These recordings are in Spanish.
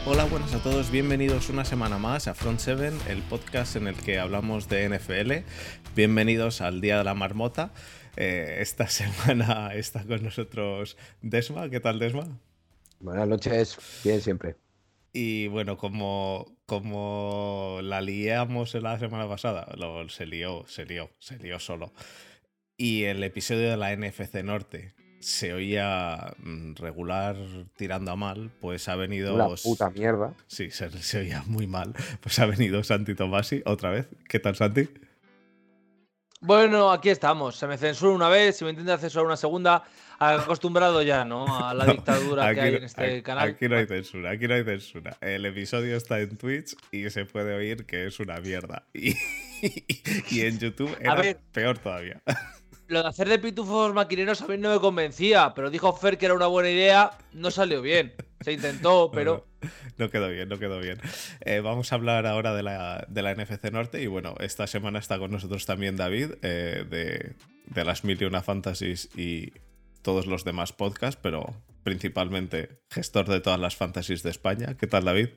Hola, buenas a todos, bienvenidos una semana más a Front 7, el podcast en el que hablamos de NFL. Bienvenidos al Día de la Marmota. Esta semana está con nosotros Desma. ¿Qué tal, Desma? Buenas noches, bien siempre. Y bueno, como la liamos la semana pasada, se lió solo. Y el episodio de la NFC Norte se oía regular tirando a mal, pues ha venido... Una puta mierda. Sí, se oía muy mal. Pues ha venido Santi Tomasi otra vez. ¿Qué tal, Santi? Bueno, aquí estamos. Se me censura una vez, se me intenta censurar una segunda. Acostumbrado ya, ¿no? A la dictadura que hay en este canal. Aquí no hay censura. El episodio está en Twitch y se puede oír que es una mierda. Y en YouTube era peor todavía. Lo de hacer de pitufos maquineros a mí no me convencía, pero dijo Fer que era una buena idea, no salió bien. Se intentó, pero... No quedó bien. Vamos a hablar ahora de la NFC Norte y bueno, esta semana está con nosotros también David, de las 1001 Fantasies y todos los demás podcasts, pero principalmente gestor de todas las fantasies de España. ¿Qué tal, David?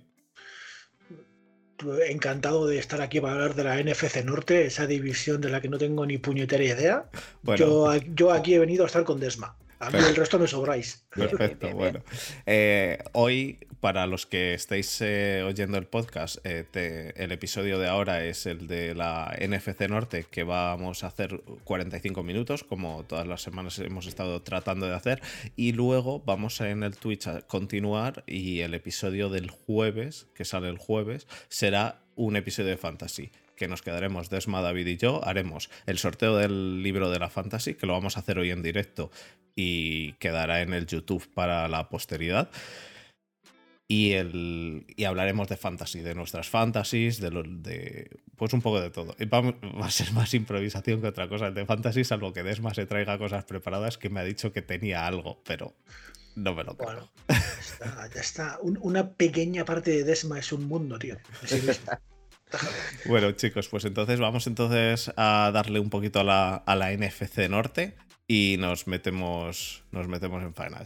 Encantado de estar aquí para hablar de la NFC Norte, esa división de la que no tengo ni puñetera idea. Bueno, yo aquí he venido a estar con Desma. A mí el resto me sobráis. Perfecto, bueno. Hoy, para los que estéis oyendo el podcast, el episodio de ahora es el de la NFC Norte, que vamos a hacer 45 minutos, como todas las semanas hemos estado tratando de hacer, y luego vamos en el Twitch a continuar, y el episodio del jueves, que sale el jueves, será un episodio de Fantasy, que nos quedaremos Desma, David y yo, haremos el sorteo del libro de la Fantasy, que lo vamos a hacer hoy en directo y quedará en el YouTube para la posteridad. Y hablaremos de fantasy, de nuestras fantasies, pues un poco de todo. Y va a ser más improvisación que otra cosa de fantasy, salvo que Desma se traiga cosas preparadas, que me ha dicho que tenía algo, pero no me lo creo. Bueno, ya está. Una pequeña parte de Desma es un mundo, tío. Bueno, chicos, pues entonces vamos a darle un poquito a la NFC Norte y nos metemos en faena.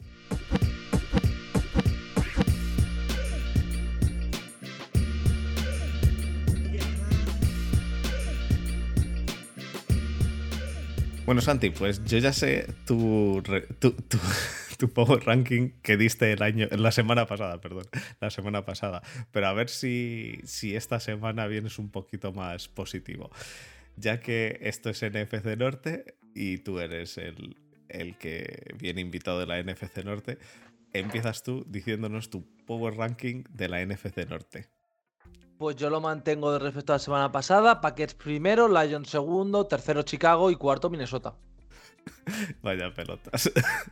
Bueno, Santi, pues yo ya sé tu Power Ranking que diste la semana pasada, pero a ver si esta semana vienes un poquito más positivo, ya que esto es NFC Norte y tú eres el que viene invitado de la NFC Norte. Empiezas tú diciéndonos tu Power Ranking de la NFC Norte. Pues yo lo mantengo de respecto a la semana pasada. Packers primero, Lions segundo, tercero Chicago y cuarto Minnesota. Vaya pelotas.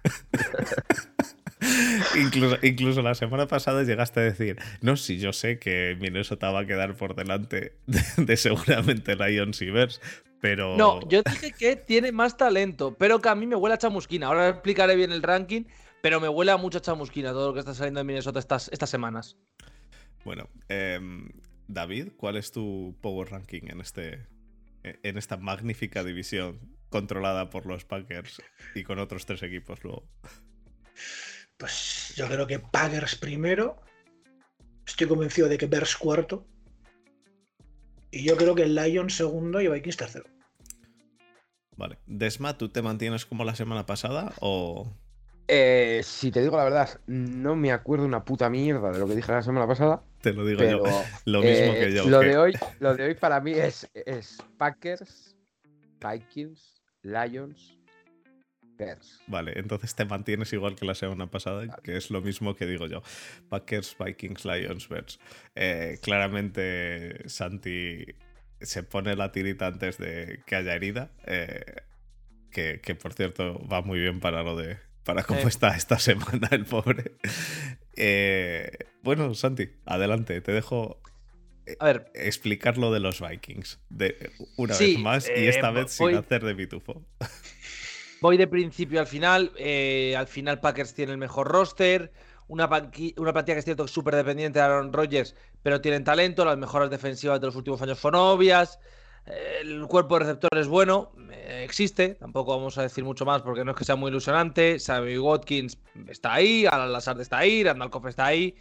Incluso la semana pasada llegaste a decir, no, si yo sé que Minnesota va a quedar por delante de seguramente Lions y Bears, pero... No, yo dije que tiene más talento, pero que a mí me huele a chamusquina. Ahora explicaré bien el ranking, pero me huele a mucha chamusquina todo lo que está saliendo de Minnesota estas semanas. Bueno, David, ¿cuál es tu Power Ranking en esta magnífica división controlada por los Packers y con otros 3 equipos luego? Pues yo creo que Packers primero, estoy convencido de que Bears cuarto, y yo creo que Lions segundo y Vikings tercero. Vale. Desma, ¿tú te mantienes como la semana pasada o...? Si te digo la verdad, no me acuerdo una puta mierda de lo que dije la semana pasada. Te lo digo yo, lo mismo que yo. Lo de hoy para mí es Packers, Vikings, Lions, Bears. Vale, entonces te mantienes igual que la semana pasada, vale, que es lo mismo que digo yo. Packers, Vikings, Lions, Bears. Claramente Santi se pone la tirita antes de que haya herida, que por cierto va muy bien para cómo está esta semana el pobre. Bueno, Santi, adelante, te dejo explicar lo de los Vikings una vez más, y esta vez sin hacer de pitufo. Voy de principio al final. Al final Packers tiene el mejor roster, una plantilla que es cierto que es súper dependiente de Aaron Rodgers, pero tienen talento, las mejoras defensivas de los últimos años son obvias. El cuerpo de receptores es bueno, existe, tampoco vamos a decir mucho más porque no es que sea muy ilusionante. Sammy Watkins está ahí, Alan Lazard está ahí, Randall Cobb está ahí,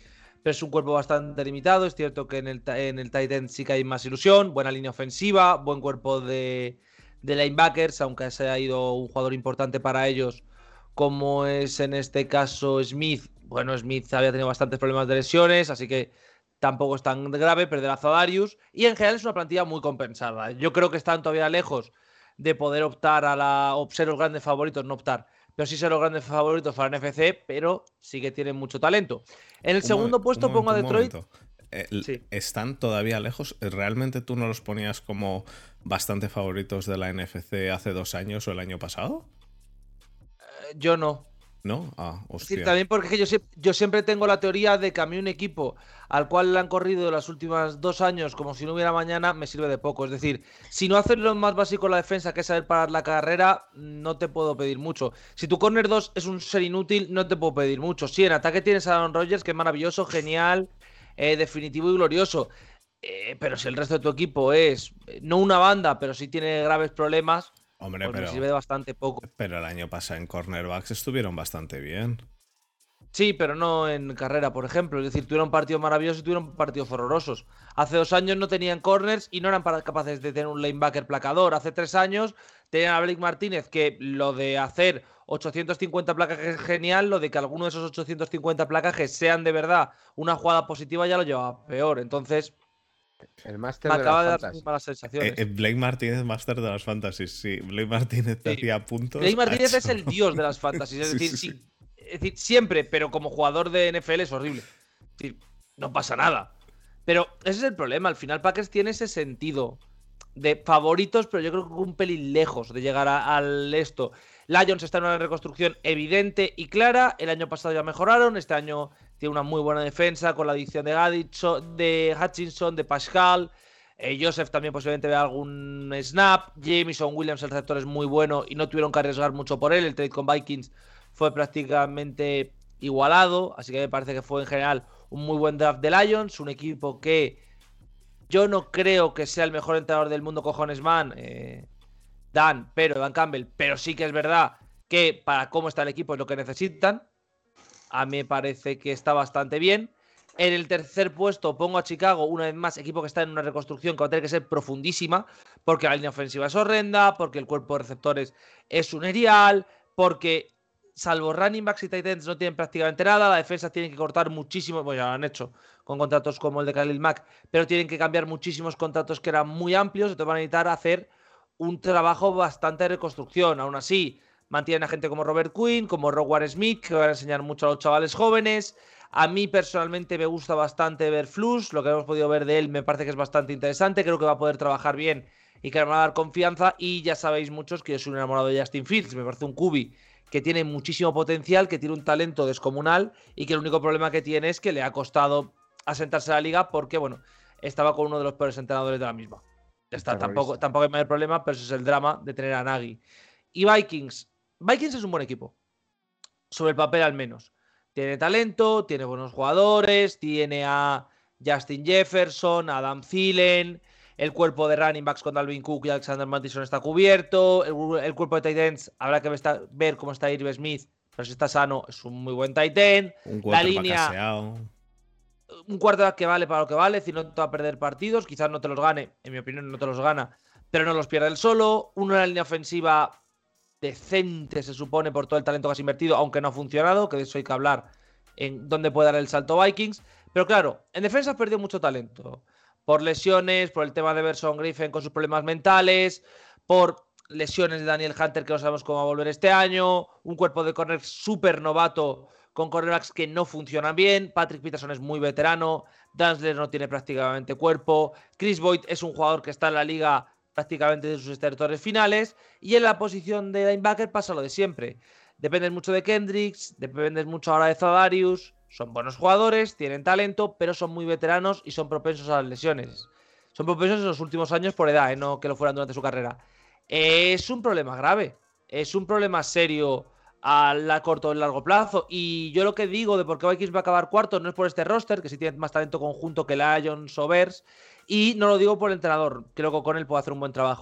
pero es un cuerpo bastante limitado. Es cierto que en el tight end sí que hay más ilusión, buena línea ofensiva, buen cuerpo de linebackers, aunque se ha ido un jugador importante para ellos, como es en este caso Smith. Bueno, Smith había tenido bastantes problemas de lesiones, así que tampoco es tan grave perder a Zadarius. Y en general es una plantilla muy compensada. Yo creo que están todavía lejos de poder optar o ser los grandes favoritos, no optar, pero sí ser los grandes favoritos para NFC, pero sí que tienen mucho talento. En el segundo puesto pongo a Detroit. Sí. ¿Están todavía lejos? ¿Realmente tú no los ponías como bastante favoritos de la NFC hace 2 años o el año pasado? Yo no. ¿No? Es decir, también porque yo siempre tengo la teoría de que a mí un equipo al cual le han corrido los últimos 2 años como si no hubiera mañana me sirve de poco. Es decir, si no haces lo más básico en la defensa, que es saber parar la carrera, no te puedo pedir mucho. Si tu corner 2 es un ser inútil, no te puedo pedir mucho. Sí, en ataque tienes a Aaron Rodgers, que es maravilloso, genial, definitivo y glorioso. Pero si el resto de tu equipo es no una banda, pero sí tiene graves problemas, hombre, pues me sirve de bastante poco. Pero el año pasado en cornerbacks estuvieron bastante bien. Sí, pero no en carrera, por ejemplo. Es decir, tuvieron partidos maravillosos y tuvieron partidos horrorosos. Hace 2 años no tenían corners y no eran capaces de tener un linebacker placador. Hace 3 años tenían a Blake Martínez, que lo de hacer 850 placajes es genial, lo de que alguno de esos 850 placajes sean de verdad una jugada positiva ya lo llevaba peor. Entonces, el máster me de acaba las de dar fantasy. muy malas sensaciones. Blake Martínez, máster de las fantasies, sí. Blake Martínez te hacía puntos. Blake Martínez es el dios de las fantasies. Es decir, sí. Es decir, siempre, pero como jugador de NFL es horrible. Es decir, no pasa nada. Pero ese es el problema. Al final Packers tiene ese sentido de favoritos, pero yo creo que un pelín lejos de llegar al esto. Lions está en una reconstrucción evidente y clara. El año pasado ya mejoraron. Este año tiene una muy buena defensa con la adición de Hutchinson, de Pascal. Joseph también posiblemente vea algún snap. Jameson Williams, el receptor, es muy bueno y no tuvieron que arriesgar mucho por él. El trade con Vikings fue prácticamente igualado, así que me parece que fue en general un muy buen draft de Lions, un equipo que yo no creo que sea el mejor entrenador del mundo, cojones man, Dan Campbell, pero sí que es verdad que para cómo está el equipo es lo que necesitan. A mí me parece que está bastante bien. En el tercer puesto pongo a Chicago, una vez más, equipo que está en una reconstrucción que va a tener que ser profundísima, porque la línea ofensiva es horrenda, porque el cuerpo de receptores es un erial, porque salvo running backs y tight ends no tienen prácticamente nada, la defensa tiene que cortar muchísimo, bueno, ya lo han hecho con contratos como el de Khalil Mack, pero tienen que cambiar muchísimos contratos que eran muy amplios, entonces van a necesitar hacer un trabajo bastante de reconstrucción. Aún así, mantienen a gente como Robert Quinn, como Roquan Smith, que van a enseñar mucho a los chavales jóvenes. A mí personalmente me gusta bastante ver Flus, lo que hemos podido ver de él me parece que es bastante interesante, creo que va a poder trabajar bien y que le van a dar confianza, y ya sabéis muchos que yo soy un enamorado de Justin Fields, me parece un QB que tiene muchísimo potencial, que tiene un talento descomunal y que el único problema que tiene es que le ha costado asentarse a la liga porque, bueno, estaba con uno de los peores entrenadores de la misma. Tampoco hay mayor problema, pero ese es el drama de tener a Nagy. Y Vikings es un buen equipo, sobre el papel al menos. Tiene talento, tiene buenos jugadores, tiene a Justin Jefferson, a Adam Thielen, el cuerpo de running backs con Dalvin Cook y Alexander Mattison está cubierto, el cuerpo de tight ends habrá que ver cómo está Irv Smith, pero si está sano es un muy buen tight end. La línea, caseado. Un quarterback que vale para lo que vale, si no te va a perder partidos, quizás no te los gane, en mi opinión no te los gana, pero no los pierde él solo. Una línea ofensiva decente, se supone, por todo el talento que has invertido, aunque no ha funcionado, que de eso hay que hablar en dónde puede dar el salto Vikings. Pero claro, en defensa has perdido mucho talento. Por lesiones, por el tema de Everson Griffin con sus problemas mentales, por lesiones de Daniel Hunter que no sabemos cómo va a volver este año, un cuerpo de corners súper novato con cornerbacks que no funcionan bien, Patrick Peterson es muy veterano, Danzler no tiene prácticamente cuerpo, Chris Boyd es un jugador que está en la liga prácticamente de sus territorios finales, y en la posición de linebacker pasa lo de siempre. Dependes mucho de Kendricks, dependes mucho ahora de Zadarius. Son buenos jugadores, tienen talento, pero son muy veteranos y son propensos a las lesiones. Son propensos en los últimos años por edad, no que lo fueran durante su carrera. Es un problema grave, es un problema serio a corto y largo plazo. Y yo lo que digo de por qué Vikings va a acabar cuarto no es por este roster, que sí tiene más talento conjunto que Lions o Bears, y no lo digo por el entrenador, creo que con él puede hacer un buen trabajo.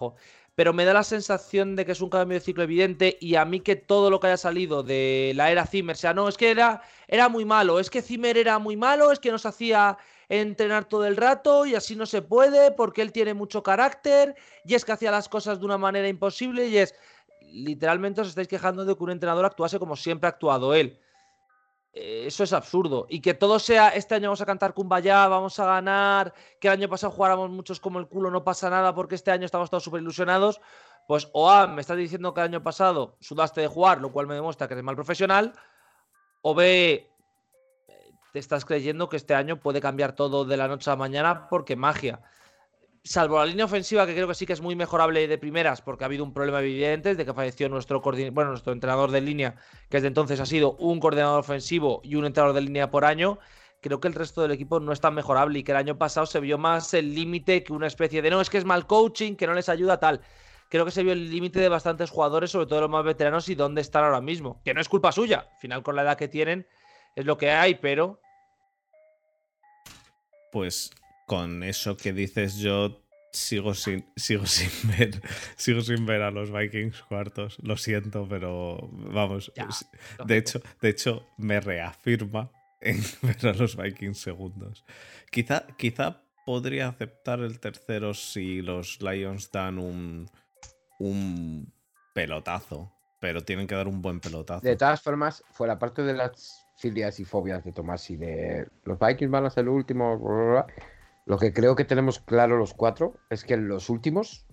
pero me da la sensación de que es un cambio de ciclo evidente, y a mí que todo lo que haya salido de la era Zimmer, o sea, no, es que era muy malo, es que Zimmer era muy malo, es que nos hacía entrenar todo el rato y así no se puede porque él tiene mucho carácter y es que hacía las cosas de una manera imposible y es... Literalmente os estáis quejando de que un entrenador actuase como siempre ha actuado él. Eso es absurdo. Y que todo sea, este año vamos a cantar Kumbaya, vamos a ganar, que el año pasado jugáramos muchos como el culo, no pasa nada porque este año estamos todos súper ilusionados. Pues o A, me estás diciendo que el año pasado sudaste de jugar, lo cual me demuestra que eres mal profesional, o B, te estás creyendo que este año puede cambiar todo de la noche a la mañana porque magia. Salvo la línea ofensiva, que creo que sí que es muy mejorable de primeras, porque ha habido un problema evidente de que falleció nuestro entrenador de línea, que desde entonces ha sido un coordinador ofensivo y un entrenador de línea por año. Creo que el resto del equipo no es tan mejorable y que el año pasado se vio más el límite que una especie de no, es que es mal coaching, que no les ayuda tal. Creo que se vio el límite de bastantes jugadores, sobre todo los más veteranos, y dónde están ahora mismo. Que no es culpa suya. Al final, con la edad que tienen, es lo que hay, pero... Pues con eso que dices, yo sigo sin ver a los Vikings cuartos. Lo siento, pero vamos. Ya, de hecho, me reafirma en ver a los Vikings segundos. Quizá podría aceptar el tercero si los Lions dan un pelotazo, pero tienen que dar un buen pelotazo. De todas formas, fuera parte de las filias y fobias de Tomás y de los Vikings van a ser el último, bla, bla, bla, lo que creo que tenemos claro los cuatro es que los últimos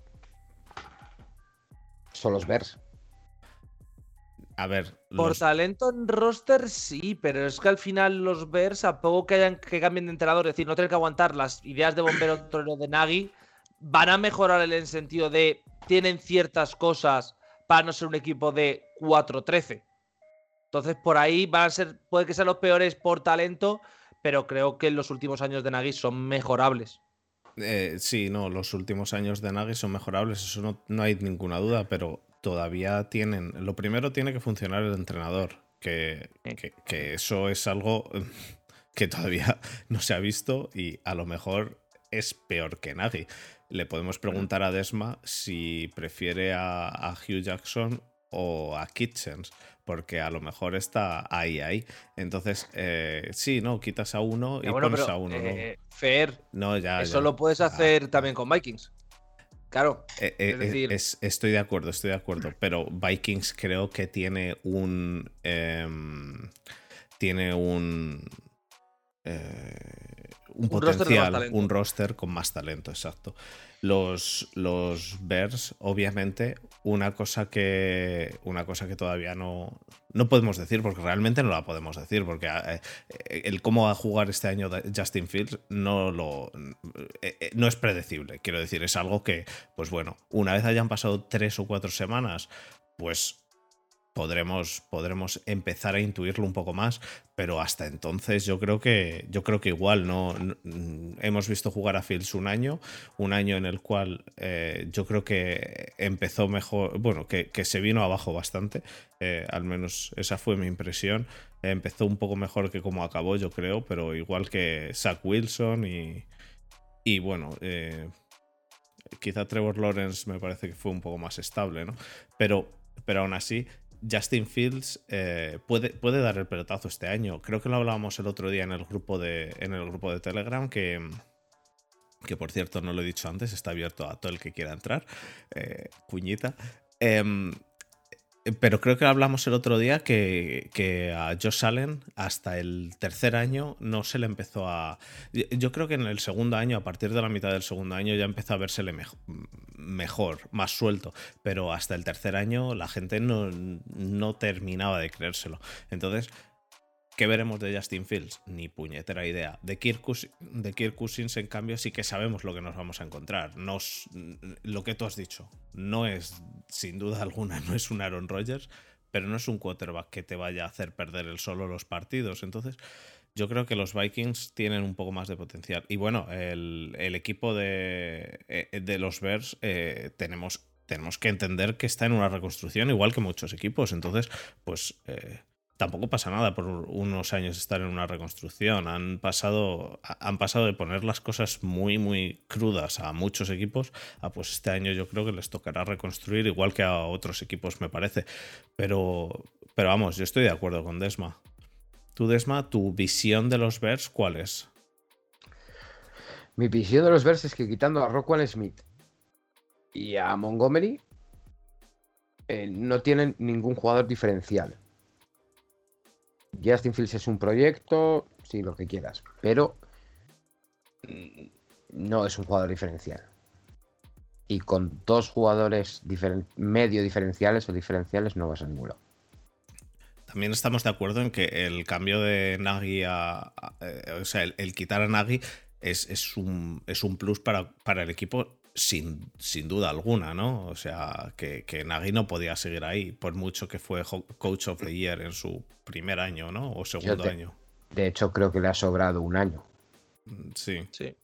son los Bears. A ver, por talento en roster sí, pero es que al final los Bears, a poco que cambien de entrenador, es decir, no tener que aguantar las ideas de bombero torero de Nagy, van a mejorar en el sentido de tienen ciertas cosas para no ser un equipo de 4-13. Entonces por ahí van a ser, puede que sean los peores por talento, pero creo que los últimos años de Nagy son mejorables. Sí, no, los últimos años de Nagy son mejorables, eso no hay ninguna duda, pero todavía tienen... Lo primero tiene que funcionar el entrenador, que eso es algo que todavía no se ha visto y a lo mejor es peor que Nagy. Le podemos preguntar a Desma si prefiere a Hugh Jackson o a Kitchens, porque a lo mejor está ahí. Entonces, sí, no, quitas a uno y bueno, pones pero, a uno, ¿no? Fer, No, eso lo puedes hacer también con Vikings. Claro. Es decir... estoy de acuerdo, pero Vikings creo que tiene un potencial, un roster con más talento, exacto. Los Bears, obviamente, una cosa que todavía no podemos decir, porque realmente no la podemos decir, porque el cómo va a jugar este año Justin Fields no es predecible. Quiero decir, es algo que, pues bueno, una vez hayan pasado 3 o 4 semanas, pues podremos empezar a intuirlo un poco más, pero hasta entonces yo creo que igual no hemos visto jugar a Fields un año en el cual yo creo que empezó mejor, bueno, que se vino abajo bastante, al menos esa fue mi impresión. Empezó un poco mejor que como acabó, yo creo, pero igual que Zach Wilson y bueno, quizá Trevor Lawrence me parece que fue un poco más estable, ¿no? Pero aún así Justin Fields puede dar el pelotazo este año. Creo que lo hablábamos el otro día en el grupo de Telegram, que por cierto no lo he dicho antes, está abierto a todo el que quiera entrar, cuñita. Pero creo que hablamos el otro día que a Josh Allen hasta el tercer año no se le empezó a... Yo creo que en el segundo año, a partir de la mitad del segundo año, ya empezó a vérsele mejor, más suelto. Pero hasta el tercer año la gente no terminaba de creérselo. Entonces, ¿qué veremos de Justin Fields? Ni puñetera idea. De Kirk Cousins, en cambio, sí que sabemos lo que nos vamos a encontrar. Lo que tú has dicho, no es, sin duda alguna, no es un Aaron Rodgers, pero no es un quarterback que te vaya a hacer perder él solo los partidos. Entonces, yo creo que los Vikings tienen un poco más de potencial. Y bueno, el equipo de los Bears tenemos que entender que está en una reconstrucción, igual que muchos equipos. Entonces, pues... tampoco pasa nada por unos años estar en una reconstrucción. Han pasado de poner las cosas muy, muy crudas a muchos equipos a pues este año yo creo que les tocará reconstruir igual que a otros equipos, me parece. Pero vamos, yo estoy de acuerdo con Desma. Tú, Desma, ¿tu visión de los Bears cuál es? Mi visión de los Bears es que quitando a Rockwell Smith y a Montgomery, no tienen ningún jugador diferencial. Justin Fields es un proyecto, sí, lo que quieras, pero no es un jugador diferencial. Y con dos jugadores medio diferenciales o diferenciales no vas a ningún lado. También estamos de acuerdo en que el cambio de Nagy o sea, el quitar a Nagy es un plus para el equipo sin duda alguna, ¿no? O sea, que Nagy no podía seguir ahí, por mucho que fue Coach of the Year en su primer año, ¿no? O segundo año. De hecho, creo que le ha sobrado un año. Sí.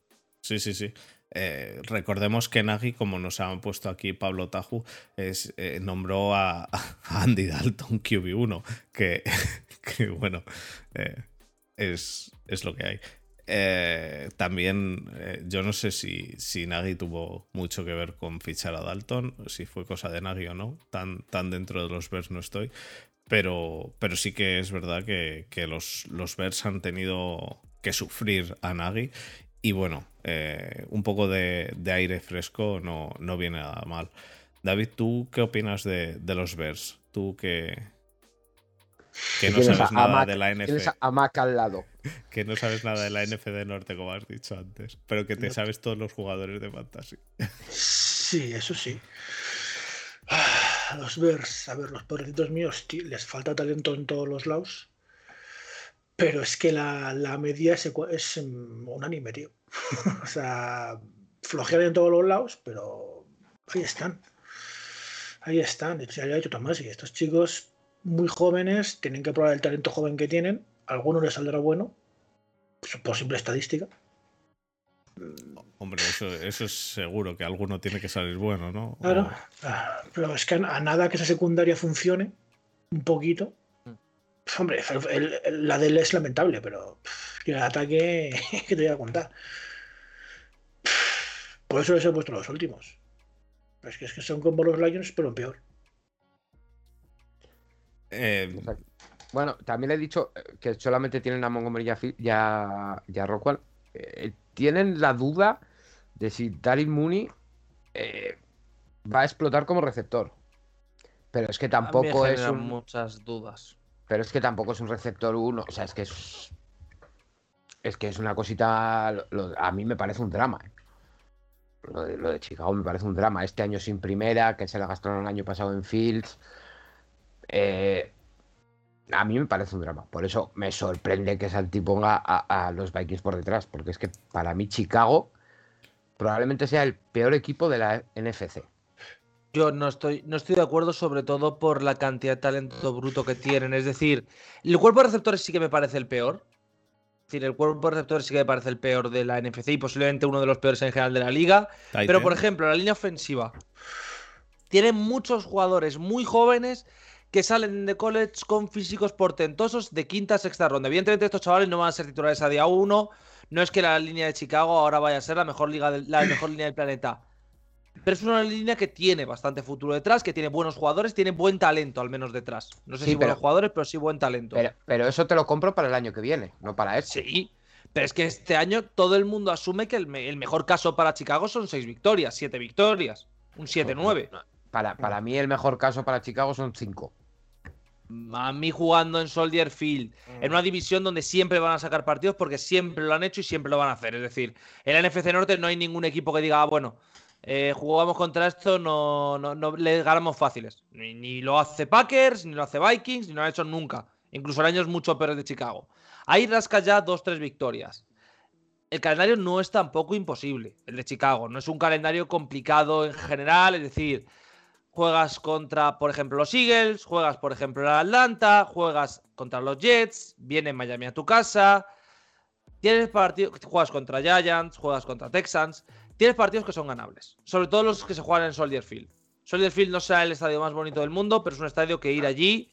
Recordemos que Nagy, como nos han puesto aquí Pablo Taju, nombró a Andy Dalton QB1, que bueno, es lo que hay. También yo no sé si Nagy tuvo mucho que ver con fichar a Dalton, si fue cosa de Nagy o no, tan dentro de los Bears no estoy, pero sí que es verdad que los Bears han tenido que sufrir a Nagy y bueno, un poco de aire fresco no viene nada mal. David, ¿tú qué opinas de los Bears? Tú que no sabes nada de la NFC. Tienes a Mac al lado. Que no sabes nada de la NFC Norte, como has dicho antes, pero que te sabes todos los jugadores de Fantasy. Sí, eso sí. Los Bears, a ver, los pobrecitos míos, les falta talento en todos los lados, pero es que la media es unánime, tío. O sea, flojean en todos los lados, pero ahí están. Ahí están. Ya lo ha dicho Tomás, y estos chicos muy jóvenes tienen que probar el talento joven que tienen. A alguno les saldrá bueno, por simple estadística. Hombre, eso es seguro, que alguno tiene que salir bueno, ¿no? Claro, pero es que a nada que esa secundaria funcione un poquito. Hombre, la de él es lamentable, pero el ataque, ¿qué te voy a contar? Por eso les he puesto los últimos. Es que son como los Lions, pero peor. Bueno, también he dicho que solamente tienen a Montgomery y a Rockwell. Tienen la duda de si Daryl Mooney va a explotar como receptor. Pero es que tampoco es muchas dudas. Pero es que tampoco es un receptor 1. O sea, es que es una cosita. A mí me parece un drama. Lo de Chicago me parece un drama. Este año sin primera, que se la gastaron el año pasado en Fields. A mí me parece un drama. Por eso me sorprende que Santi ponga a los Vikings por detrás. Porque es que para mí Chicago probablemente sea el peor equipo de la NFC. Yo no estoy de acuerdo, sobre todo por la cantidad de talento bruto que tienen. Es decir, el cuerpo de receptores sí que me parece el peor. Es decir, el cuerpo de receptores sí que me parece el peor de la NFC y posiblemente uno de los peores en general de la liga. Pero, por ejemplo, la línea ofensiva. Tienen muchos jugadores muy jóvenes que salen de college con físicos portentosos de quinta, sexta ronda. Evidentemente estos chavales no van a ser titulares a día 1. No es que la línea de Chicago ahora vaya a ser la mejor línea del planeta. Pero es una línea que tiene bastante futuro detrás, que tiene buenos jugadores, tiene buen talento al menos detrás. No sé si buenos jugadores, pero sí buen talento. Pero eso te lo compro para el año que viene, no para este. Sí, pero es que este año todo el mundo asume que el mejor caso para Chicago son 6 victorias, 7 victorias, un 7-9. Para mí el mejor caso para Chicago son 5. A mí jugando en Soldier Field, en una división donde siempre van a sacar partidos porque siempre lo han hecho y siempre lo van a hacer. Es decir, en la NFC Norte no hay ningún equipo que diga, bueno, jugamos contra esto, no le ganamos fáciles. Ni lo hace Packers, ni lo hace Vikings, ni lo han hecho nunca. Incluso en años mucho peores de Chicago. Ahí rascas ya 2-3 victorias. El calendario no es tampoco imposible, el de Chicago. No es un calendario complicado en general, es decir, juegas contra, por ejemplo, los Eagles, juegas, por ejemplo, en Atlanta, juegas contra los Jets, viene Miami a tu casa, tienes partidos, juegas contra Giants, juegas contra Texans, tienes partidos que son ganables, sobre todo los que se juegan en Soldier Field. Soldier Field no será el estadio más bonito del mundo, pero es un estadio que ir allí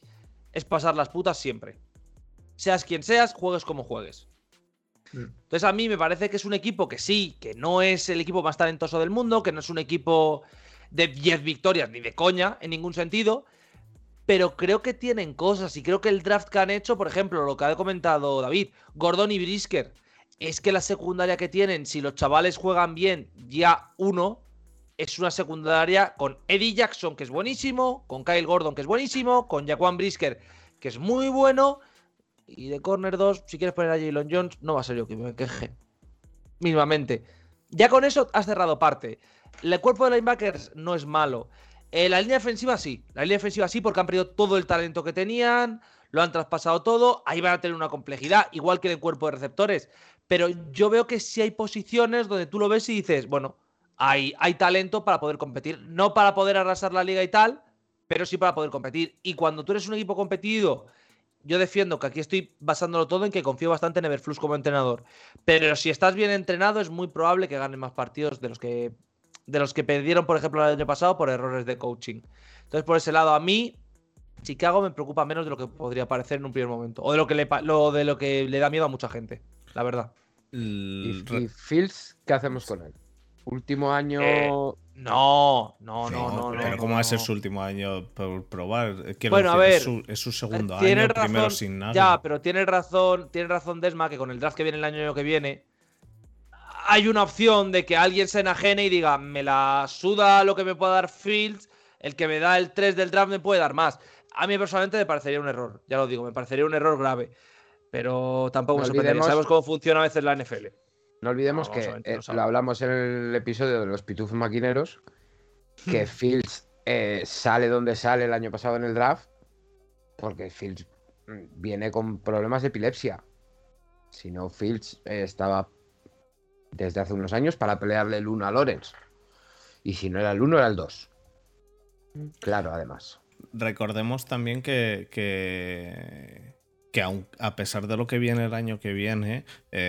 es pasar las putas siempre. Seas quien seas, juegues como juegues. Entonces a mí me parece que es un equipo que sí, que no es el equipo más talentoso del mundo, que no es un equipo de 10 victorias ni de coña en ningún sentido, pero creo que tienen cosas y creo que el draft que han hecho, por ejemplo, lo que ha comentado David, Gordon y Brisker, es que la secundaria que tienen, si los chavales juegan bien, ya uno, es una secundaria con Eddie Jackson, que es buenísimo, con Kyle Gordon, que es buenísimo, con Jaquan Brisker, que es muy bueno. Y de corner 2, si quieres poner a Jalen Jones, no va a ser yo que me queje. Mismamente. Ya con eso has cerrado parte. El cuerpo de linebackers no es malo. La línea defensiva sí. La línea defensiva sí, porque han perdido todo el talento que tenían. Lo han traspasado todo. Ahí van a tener una complejidad, igual que en el cuerpo de receptores. Pero yo veo que sí hay posiciones donde tú lo ves y dices, bueno, hay talento para poder competir. No para poder arrasar la liga y tal, pero sí para poder competir. Y cuando tú eres un equipo competido, yo defiendo que aquí estoy basándolo todo en que confío bastante en Eberflus como entrenador. Pero si estás bien entrenado, es muy probable que ganen más partidos de los que perdieron, por ejemplo, el año pasado por errores de coaching. Entonces, por ese lado, a mí, Chicago me preocupa menos de lo que podría parecer en un primer momento. O de lo que le da miedo a mucha gente, la verdad. ¿Y Fields, qué hacemos con él? Último año. No. Pero ¿cómo va a ser su último año por probar? Bueno, a ver, es su segundo tienes año, primero razón, sin nada. Ya, pero tienes razón, Desma, que con el draft que viene el año que viene, hay una opción de que alguien se enajene y diga, me la suda lo que me pueda dar Fields, el que me da el 3 del draft me puede dar más. A mí personalmente me parecería un error, ya lo digo, me parecería un error grave. Pero tampoco me sorprendería. Sabemos cómo funciona a veces la NFL. No olvidemos que lo hablamos en el episodio de los pitufos maquineros, que Fields sale donde sale el año pasado en el draft, porque Fields viene con problemas de epilepsia. Si no, Fields estaba desde hace unos años para pelearle el 1 a Lawrence. Y si no era el 1, era el 2. Claro, además. Recordemos también que aun a pesar de lo que viene el año que viene,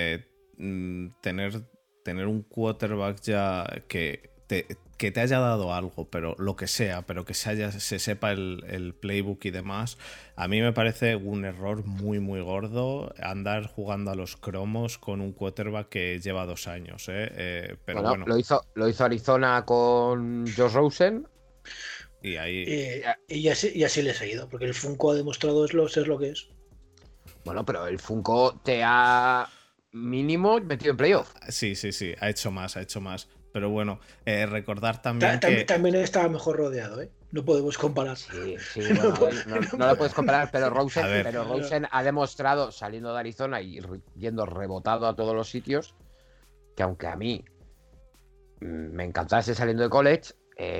tener un quarterback ya que te haya dado algo, pero lo que sea, pero que se sepa el playbook y demás, a mí me parece un error muy muy gordo andar jugando a los cromos con un quarterback que lleva 2 años, pero bueno. Lo hizo Arizona con Josh Rosen. Y ahí. Y así les ha ido, porque el Funko ha demostrado ser lo que es. Bueno, pero el Funko te ha mínimo metido en playoff. Sí, ha hecho más. Pero bueno, recordar también que... También estaba mejor rodeado, ¿eh? No podemos comparar. Sí, bueno, no lo puedes comparar, pero Rosen ha demostrado, saliendo de Arizona y yendo rebotado a todos los sitios, que aunque a mí me encantase saliendo de college,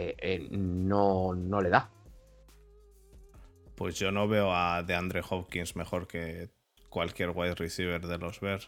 no le da. Pues yo no veo a DeAndre Hopkins mejor que cualquier wide receiver de los Bears.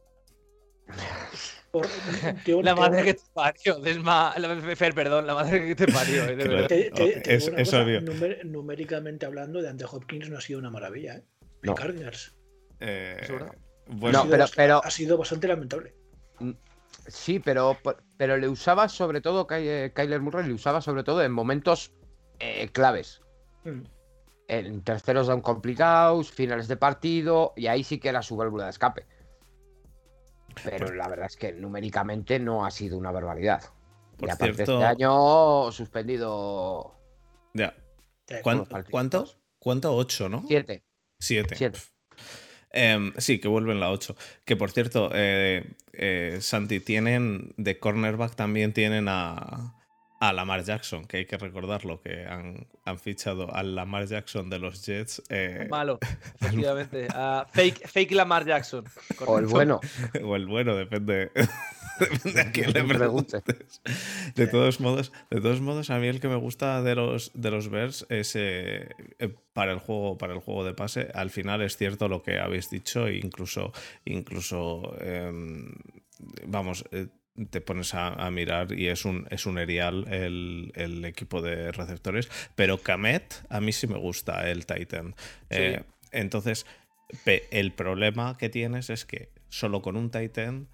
La madre que te parió, perdón, la madre que te parió. Eso vio. Numéricamente hablando, DeAndre Hopkins no ha sido una maravilla, ¿eh? No. Cardinals. Bueno, pero ha sido bastante lamentable. Sí, pero le usaba sobre todo, Kyler Murray le usaba sobre todo en momentos claves. En terceros down complicados, finales de partido, y ahí sí que era su válvula de escape. Pero la verdad es que numéricamente no ha sido una barbaridad. Y aparte este año suspendido. Ya. ¿Cuánto? 8, ¿no? 7. 7. Sí, que vuelven la 8. Que por cierto, Santi, tienen de cornerback también tienen a Lamar Jackson, que hay que recordarlo, que han fichado al Lamar Jackson de los Jets. Malo, efectivamente. Fake Lamar Jackson. Correcto. O el bueno. O el bueno, depende a quién le preguntes. De todos modos, a mí el que me gusta de los Bears es para el juego de pase. Al final es cierto lo que habéis dicho, incluso te pones a mirar y es un erial el equipo de receptores, pero Kmet a mí sí me gusta, el Titan. Sí. Entonces, el problema que tienes es que solo con un Titan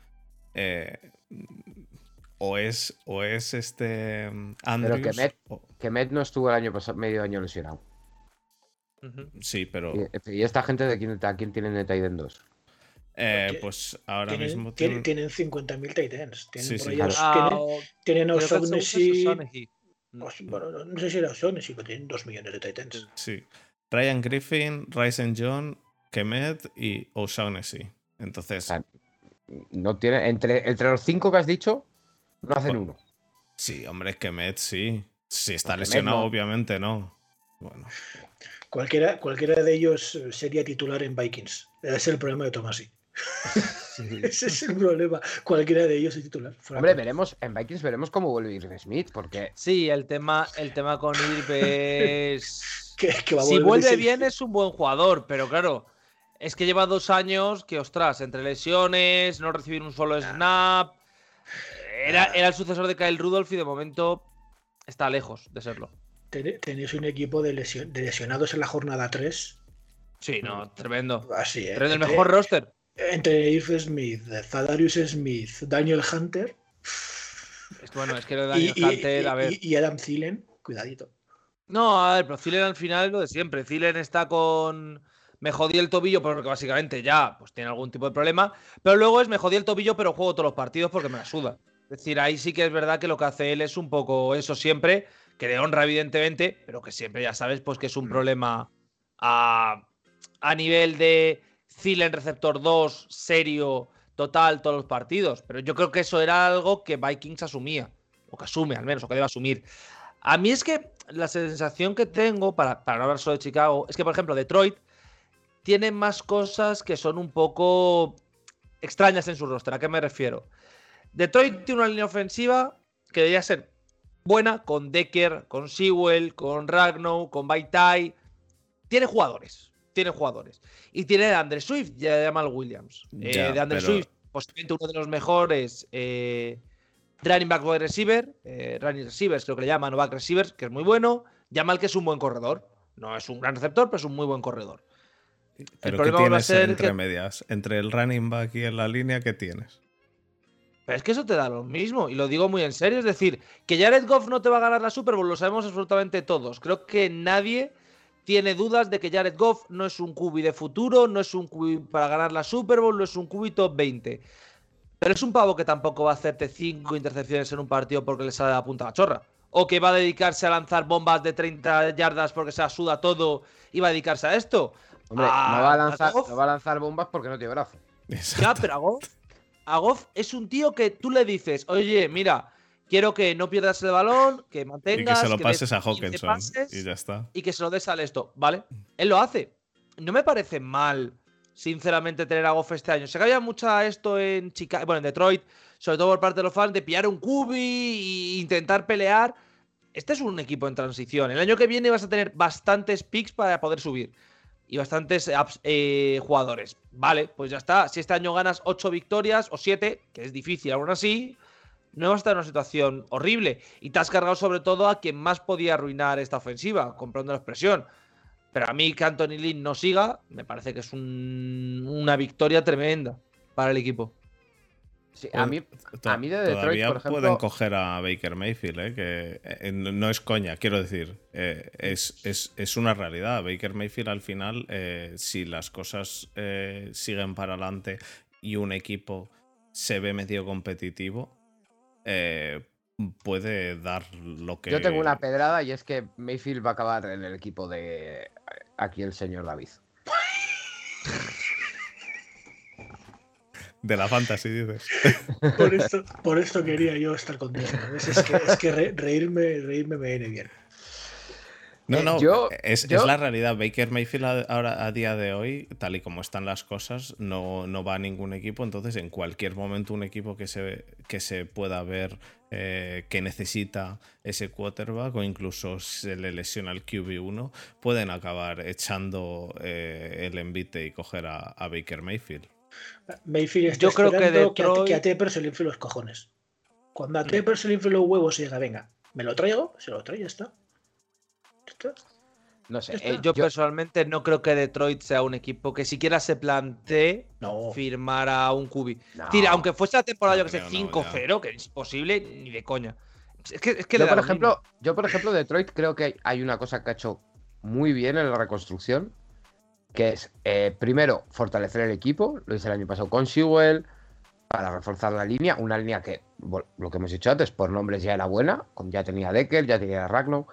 o es Andrews. Pero Kmet no estuvo el año pasado, medio año lesionado. Sí, pero ¿Y esta gente de quién tienen el Titan 2? pues ahora Tienen, mismo tienen 50.000 tight ends. Tienen Sí, por sí, ahí claro. tienen Creo que el segundo es O'Shaughnessy. O'Shaughnessy. Bueno, no sé si era O'Shaughnessy, pero tienen 2 millones de tight ends. Sí. Ryan Griffin, Ryzen John, Kemet y O'Shaughnessy. Entonces, O sea, no tiene, entre los 5 que has dicho, no hacen uno. sí, hombre, Kemet sí. Si está Kemet lesionado, no. obviamente no. Bueno, Cualquiera de ellos sería titular en Vikings. Ese es el problema de Tomasi. Ese es el problema. Cualquiera de ellos es titular. Hombre, en Vikings veremos cómo vuelve Irving Smith, porque Sí, el tema con Irve es. Que va a Si volver vuelve ese- bien, es un buen jugador, pero claro, es que lleva 2 años que, ostras, entre lesiones, no recibir un solo snap. Era el sucesor de Kyle Rudolph y de momento está lejos de serlo. Tenéis un equipo de lesionados en la jornada 3. Sí, no, tremendo. Así, ¿eh? Tremendo, el mejor roster. Entre Irv Smith, Zadarius Smith, Daniel Hunter Bueno, es que lo de Daniel Hunter, a ver. y Adam Thielen, cuidadito. No, a ver, pero Thielen al final es lo de siempre. Thielen está con. Me jodí el tobillo porque básicamente ya pues tiene algún tipo de problema. Pero luego es me jodí el tobillo, pero juego todos los partidos porque me la suda. Es decir, ahí sí que es verdad que lo que hace él es un poco eso siempre, que le honra evidentemente, pero que siempre ya sabes pues que es un problema a nivel de Thielen receptor 2, serio, total, todos los partidos. Pero yo creo que eso era algo que Vikings asumía, o que asume al menos, o que debe asumir. A mí es que la sensación que tengo, para no hablar solo de Chicago, es que, por ejemplo, Detroit tiene más cosas que son un poco extrañas en su roster. ¿A qué me refiero? Detroit tiene una línea ofensiva que debería ser buena, con Decker, con Sewell, con Ragnow, con Baitai. Tiene jugadores. Y tiene de Andre Swift y de Jamal Williams. De Andre Swift, posiblemente uno de los mejores running back wide receiver, running receivers creo que le llaman, o back receivers, que es muy bueno. Jamal, que es un buen corredor. No es un gran receptor, pero es un muy buen corredor. ¿Pero qué tienes entre medias? Entre el running back y en la línea, ¿qué tienes? Pero es que eso te da lo mismo, y lo digo muy en serio. Es decir, que Jared Goff no te va a ganar la Super Bowl, lo sabemos absolutamente todos. Creo que nadie tiene dudas de que Jared Goff no es un QB de futuro, no es un QB para ganar la Super Bowl, no es un QB top 20. Pero es un pavo que tampoco va a hacerte 5 intercepciones en un partido porque le sale la punta a la chorra. O que va a dedicarse a lanzar bombas de 30 yardas porque se la suda todo y va a dedicarse a esto. Hombre, no va a lanzar bombas porque no tiene brazo. Exacto. Ya, pero a Goff es un tío que tú le dices, oye, mira, quiero que no pierdas el balón, que mantengas, y que se lo pases a Hawkinson y ya está. Y que se lo des al esto, ¿vale? Él lo hace. No me parece mal, sinceramente, tener a Goff este año. Sé que había mucha esto en Chicago, bueno, en Detroit, sobre todo por parte de los fans, de pillar un QB e intentar pelear. Este es un equipo en transición. El año que viene vas a tener bastantes picks para poder subir. Y bastantes jugadores. Vale, pues ya está. Si este año ganas 8 victorias o 7, que es difícil aún así, no vas a estar en una situación horrible. Y te has cargado sobre todo a quien más podía arruinar esta ofensiva, comprando la expresión. Pero a mí que Anthony Lynn no siga, me parece que es una victoria tremenda para el equipo. Sí, a mí de Detroit, todavía por ejemplo, pueden coger a Baker Mayfield, que no es coña, quiero decir, es una realidad. Baker Mayfield al final, si las cosas siguen para adelante y un equipo se ve medio competitivo, puede dar lo que... Yo tengo una pedrada y es que Mayfield va a acabar en el equipo de aquí el señor David. De la fantasy, dices. Por esto quería yo estar contigo. Es que reírme me viene bien. No, es la realidad. Baker Mayfield ahora, a día de hoy, tal y como están las cosas, no va a ningún equipo. Entonces, en cualquier momento, un equipo que se pueda ver que necesita ese quarterback, o incluso se le lesiona el QB1, pueden acabar echando el envite y coger a Baker Mayfield. Mayfield está Yo creo que esperando que a Tepper se le inflen los cojones. Cuando a Tepper se le inflen los huevos y diga, venga, me lo traigo, se lo trae y ya está. No sé. Yo personalmente no creo que Detroit sea un equipo que siquiera se plantee firmar a un QB. No. Tira, aunque fuese la temporada, yo que sé, 5-0, que es posible, ni de coña. Es que yo, por ejemplo, Detroit creo que hay una cosa que ha hecho muy bien en la reconstrucción, que es, primero, fortalecer el equipo, lo hice el año pasado con Sewell, para reforzar la línea, una línea que, bueno, lo que hemos dicho antes, por nombres ya era buena, ya tenía a Decker, ya tenía a Ragnow.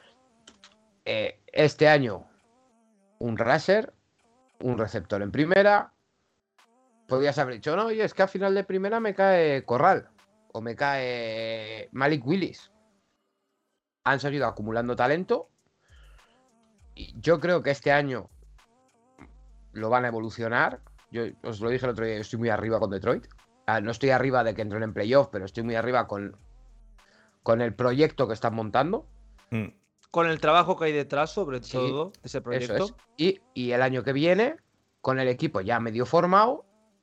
Este año, un rusher, un receptor en primera. Podrías haber dicho, no, oye, es que a final de primera me cae Corral o me cae Malik Willis. Han seguido acumulando talento y yo creo que este año lo van a evolucionar. Yo os lo dije el otro día, yo estoy muy arriba con Detroit. No estoy arriba de que entren en playoff, pero estoy muy arriba con el proyecto que están montando. Con el trabajo que hay detrás, sobre todo, de ese proyecto. Eso es. Y el año que viene, con el equipo ya medio formado,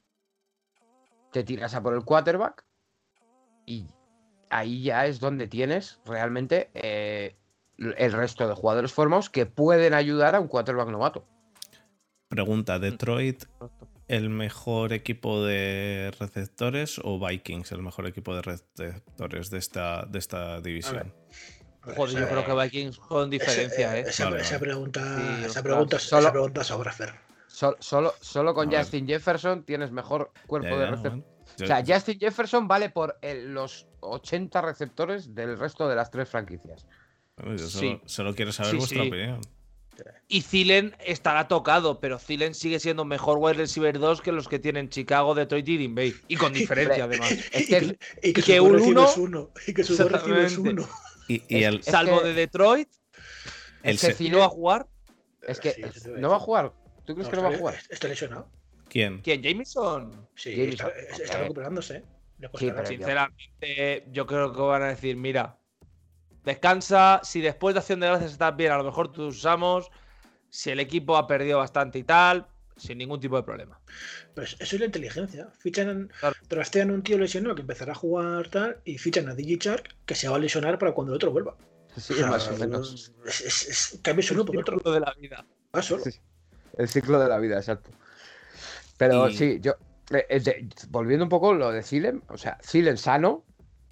te tiras a por el quarterback y ahí ya es donde tienes realmente el resto de jugadores formados que pueden ayudar a un quarterback novato. Pregunta, ¿Detroit el mejor equipo de receptores o Vikings el mejor equipo de receptores de esta división? Joder, yo creo que Vikings con diferencia, Esa pregunta sobra, Fer. Solo con Justin Jefferson tienes mejor cuerpo de receptores. O sea, Justin Jefferson vale por los 80 receptores del resto de las 3 franquicias. Bueno, yo solo quiero saber vuestra opinión. Y Thielen estará tocado, pero Thielen sigue siendo mejor wide receiver 2 que los que tienen Chicago, Detroit y Green Bay. Y con diferencia, además. Y que un 1. Y que su recibe es 1. Salvo de Detroit. ¿No va a jugar? Es que no va a jugar. ¿Tú crees que no va a jugar? ¿Está lesionado? ¿Quién? ¿Jameson? Sí, está recuperándose. Sí, pero sinceramente, yo creo que van a decir, mira, descansa, si después de Acción de Gracias estás bien, a lo mejor te usamos, si el equipo ha perdido bastante y tal, sin ningún tipo de problema. Pues eso es la inteligencia. Trastean a un tío lesionado que empezará a jugar tal y fichan a DJ Shark que se va a lesionar para cuando el otro vuelva. Sí, más o menos. Cambies uno por otro. El ciclo de la vida. Solo. Sí, el ciclo de la vida, exacto. Pero sí, yo volviendo un poco lo de Thielen, o sea, Thielen sano,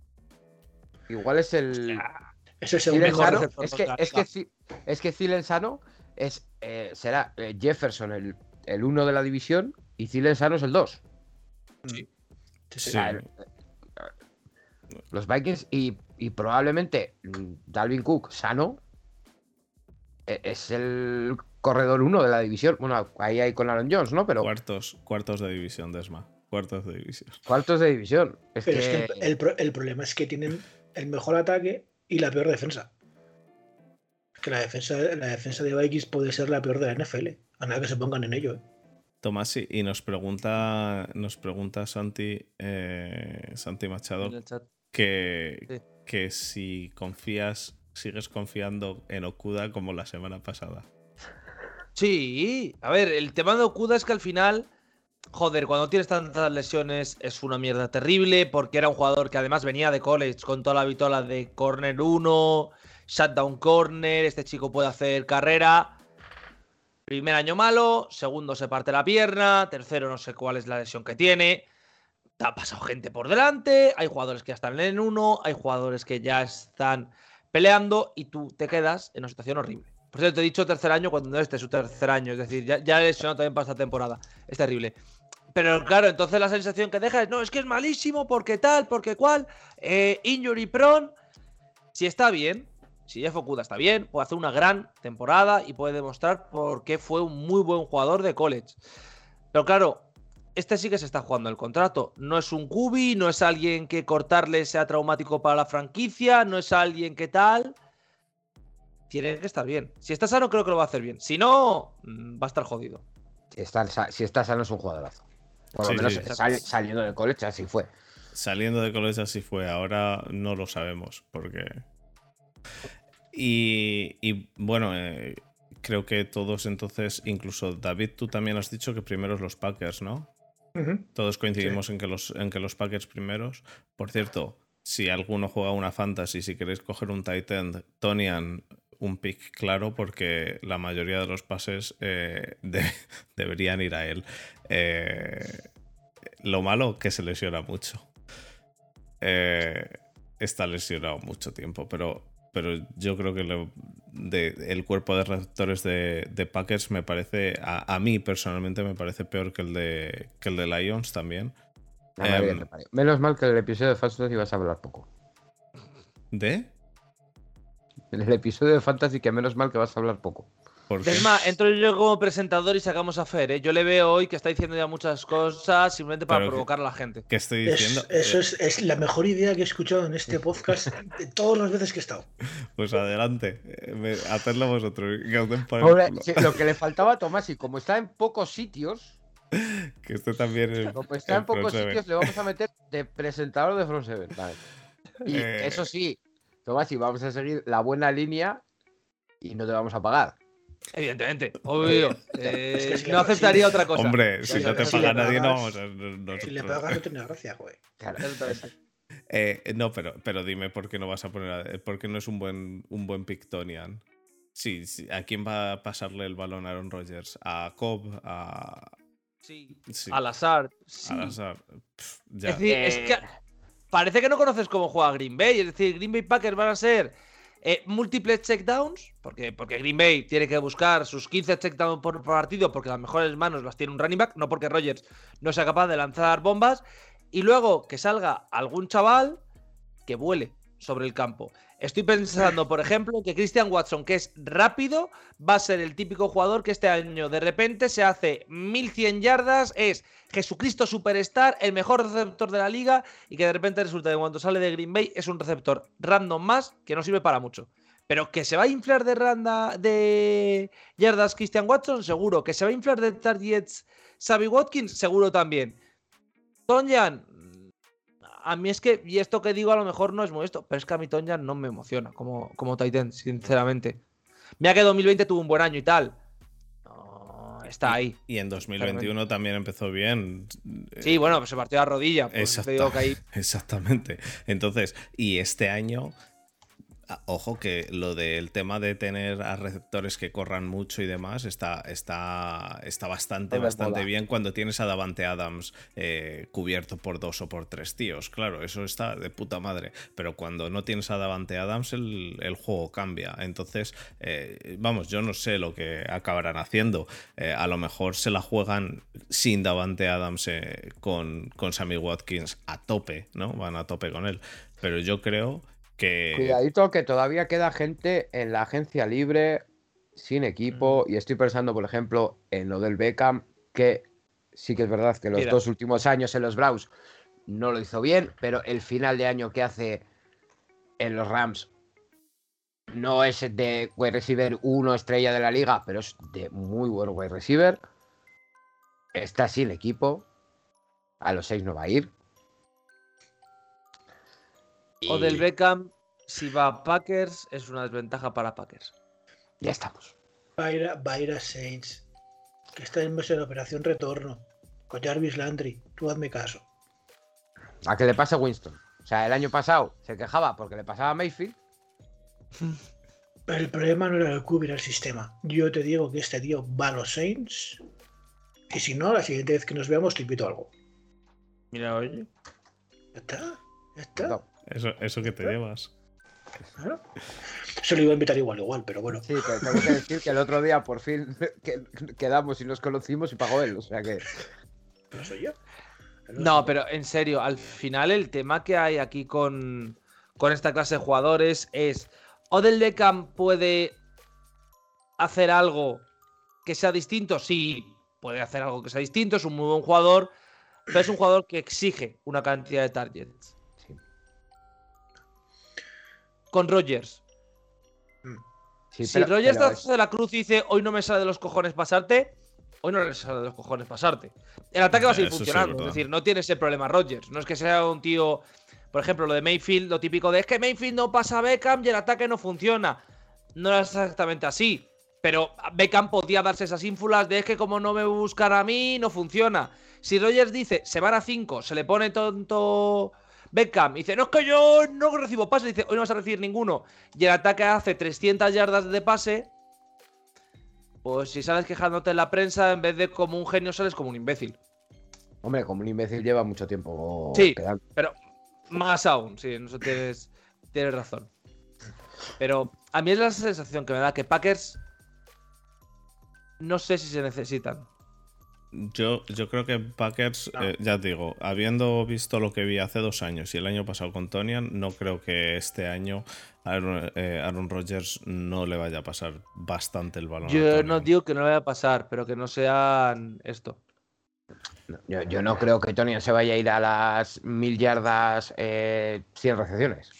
igual es el... Es el segundo mejor. Es que Thielen sano será Jefferson el 1 de la división y Thielen sano es el 2. Sí. Los Vikings y probablemente Dalvin Cook sano es el corredor 1 de la división. Bueno, ahí hay con Aaron Jones, ¿no? Pero cuartos de división, Desma. Cuartos de división. Es que el problema es que tienen el mejor ataque y la peor defensa. Que la defensa de Vikings puede ser la peor de la NFL. A nada que se pongan en ello. Tomás, y nos pregunta Santi Machado que si sigues confiando en Okuda como la semana pasada. Sí, a ver, el tema de Okuda es que al final, joder, cuando tienes tantas lesiones es una mierda terrible, porque era un jugador que además venía de college con toda la vitola de corner 1, shutdown corner, este chico puede hacer carrera. Primer año malo, segundo se parte la pierna, tercero no sé cuál es la lesión que tiene. Te ha pasado gente por delante, hay jugadores que ya están en 1, hay jugadores que ya están peleando y tú te quedas en una situación horrible. Por cierto, te he dicho tercer año cuando no es su tercer año, es decir, ya he lesionado también para esta temporada. Es terrible. Pero claro, entonces la sensación que deja es, no, es que es malísimo, porque tal, porque cual, injury prone. Si está bien, si Jeff Okuda está bien, puede hacer una gran temporada y puede demostrar por qué fue un muy buen jugador de college. Pero claro, este sí que se está jugando el contrato. No es un QB, no es alguien que cortarle sea traumático para la franquicia, no es alguien que tal. Tiene que estar bien. Si está sano, creo que lo va a hacer bien. Si no, va a estar jodido. Si está sano, es un jugadorazo. Por lo menos saliendo del college así fue. Saliendo de college así fue. Ahora no lo sabemos porque... Y bueno, creo que todos entonces, incluso David, tú también has dicho que primeros los Packers, ¿no? Uh-huh. Todos coincidimos en que los Packers primeros. Por cierto, si alguno juega una fantasy, si queréis coger un tight end, Tonyan, un pick claro, porque la mayoría de los pases deberían ir a él. Lo malo, que se lesiona mucho. Está lesionado mucho tiempo, pero pero yo creo que el cuerpo de receptores de Packers me parece, a mí personalmente me parece peor que el de Lions también. Menos mal que en el episodio de Fantasy vas a hablar poco. ¿De? En el episodio de Fantasy que menos mal que vas a hablar poco. Es más, entro yo como presentador y sacamos a Fer, ¿eh? Yo le veo hoy que está diciendo ya muchas cosas simplemente para provocar a la gente. ¿Qué estoy diciendo? Eso es la mejor idea que he escuchado en este podcast de todas las veces que he estado. Pues adelante, hacedlo vosotros. Lo que le faltaba a Tomás, y como está en pocos sitios, que este también como está en pocos sitios, le vamos a meter de presentador de Front Seven. Vale. Y eso sí, Tomás, y vamos a seguir la buena línea y no te vamos a pagar. Evidentemente, obvio. No aceptaría otra cosa. Hombre, si no te paga nadie, no vamos a. Si le pagas, no tiene gracia, güey. Claro. No, pero dime por qué no vas a poner. ¿Por qué no es un buen Pictonian? Sí, ¿a quién va a pasarle el balón a Aaron Rodgers? ¿A Cobb? Sí. Sí. Al azar. Sí. Al azar. Ya. Es decir, es que parece que no conoces cómo juega Green Bay. Es decir, Green Bay Packers van a ser múltiples checkdowns, porque Green Bay tiene que buscar sus 15 checkdowns por partido, porque las mejores manos las tiene un running back, no porque Rodgers no sea capaz de lanzar bombas, y luego que salga algún chaval que vuele sobre el campo. Estoy pensando, por ejemplo, que Christian Watson, que es rápido, va a ser el típico jugador que este año de repente se hace 1100 yardas, es Jesucristo Superstar, el mejor receptor de la liga, y que de repente resulta que cuando sale de Green Bay es un receptor random más que no sirve para mucho. Pero que se va a inflar de yardas Christian Watson, seguro. Que se va a inflar de targets Sammy Watkins, seguro también. Tonyan, a mí es que, y esto que digo a lo mejor no es modesto, pero es que a mí Tonyan no me emociona como tight end, sinceramente. Mira que 2020 tuvo un buen año y tal. No, está ahí. Y en 2021 también empezó bien. Sí, bueno, pues se partió la rodilla. Pues te digo que ahí... Exactamente. Entonces, y este año... Ojo que lo del tema de tener a receptores que corran mucho y demás está bastante bien cuando tienes a Davante Adams cubierto por 2 o por 3 tíos. Claro, eso está de puta madre. Pero cuando no tienes a Davante Adams el juego cambia. Entonces, vamos, yo no sé lo que acabarán haciendo. A lo mejor se la juegan sin Davante Adams con Sammy Watkins a tope, ¿no? Van a tope con él. Pero yo creo... Cuidadito que todavía queda gente en la agencia libre sin equipo y estoy pensando, por ejemplo, en lo del Beckham, que sí que es verdad que los 2 últimos años en los Browns no lo hizo bien, pero el final de año que hace en los Rams no es de wide receiver 1 estrella de la liga, pero es de muy buen wide receiver. Está sin equipo, a los 6 no va a ir. O del Beckham, si va a Packers, es una desventaja para Packers. Ya estamos. Va a ir a Saints, que está en operación retorno, con Jarvis Landry. Tú hazme caso. ¿A qué le pasa a Winston? O sea, el año pasado se quejaba porque le pasaba a Mayfield. Pero el problema no era el QB, era el sistema. Yo te digo que este tío va a los Saints, y si no, la siguiente vez que nos veamos te invito a algo. Mira, oye. Ya está. No. Eso que te llevas. Claro. Se lo iba a invitar igual, pero bueno. Sí, te tengo que decir que el otro día por fin quedamos y nos conocimos y pagó él, o sea que... No soy yo. No, pero en serio, al final el tema que hay aquí con esta clase de jugadores es... ¿Odell Beckham puede hacer algo que sea distinto? Sí, puede hacer algo que sea distinto, es un muy buen jugador, pero es un jugador que exige una cantidad de targets. Con Rodgers. Sí, si Rodgers hace la cruz y dice hoy no me sale de los cojones pasarte, hoy no le sale de los cojones pasarte. El ataque va a seguir funcionando. Es decir, no tiene ese problema Rodgers. No es que sea un tío, por ejemplo, lo de Mayfield, lo típico de es que Mayfield no pasa a Beckham y el ataque no funciona. No era exactamente así. Pero Beckham podía darse esas ínfulas de es que como no me buscan a mí, no funciona. Si Rodgers dice se van a 5, se le pone tonto Beckham, dice, no es que yo no recibo pases, dice, hoy no vas a recibir ninguno, y el ataque hace 300 yardas de pase, pues si sales quejándote en la prensa, en vez de como un genio, sales como un imbécil. Hombre, como un imbécil lleva mucho tiempo sí, quedando. pero más aún, sí, en eso tienes razón. Pero a mí es la sensación que me da que Packers no sé si se necesitan. Yo creo que Packers, ya te digo, habiendo visto lo que vi hace 2 años y el año pasado con Tonian, no creo que este año Aaron Rodgers no le vaya a pasar bastante el balón. Yo no digo que no le vaya a pasar, pero que no sean esto. Yo no creo que Tonian se vaya a ir a las 1000 yardas, 100 recepciones.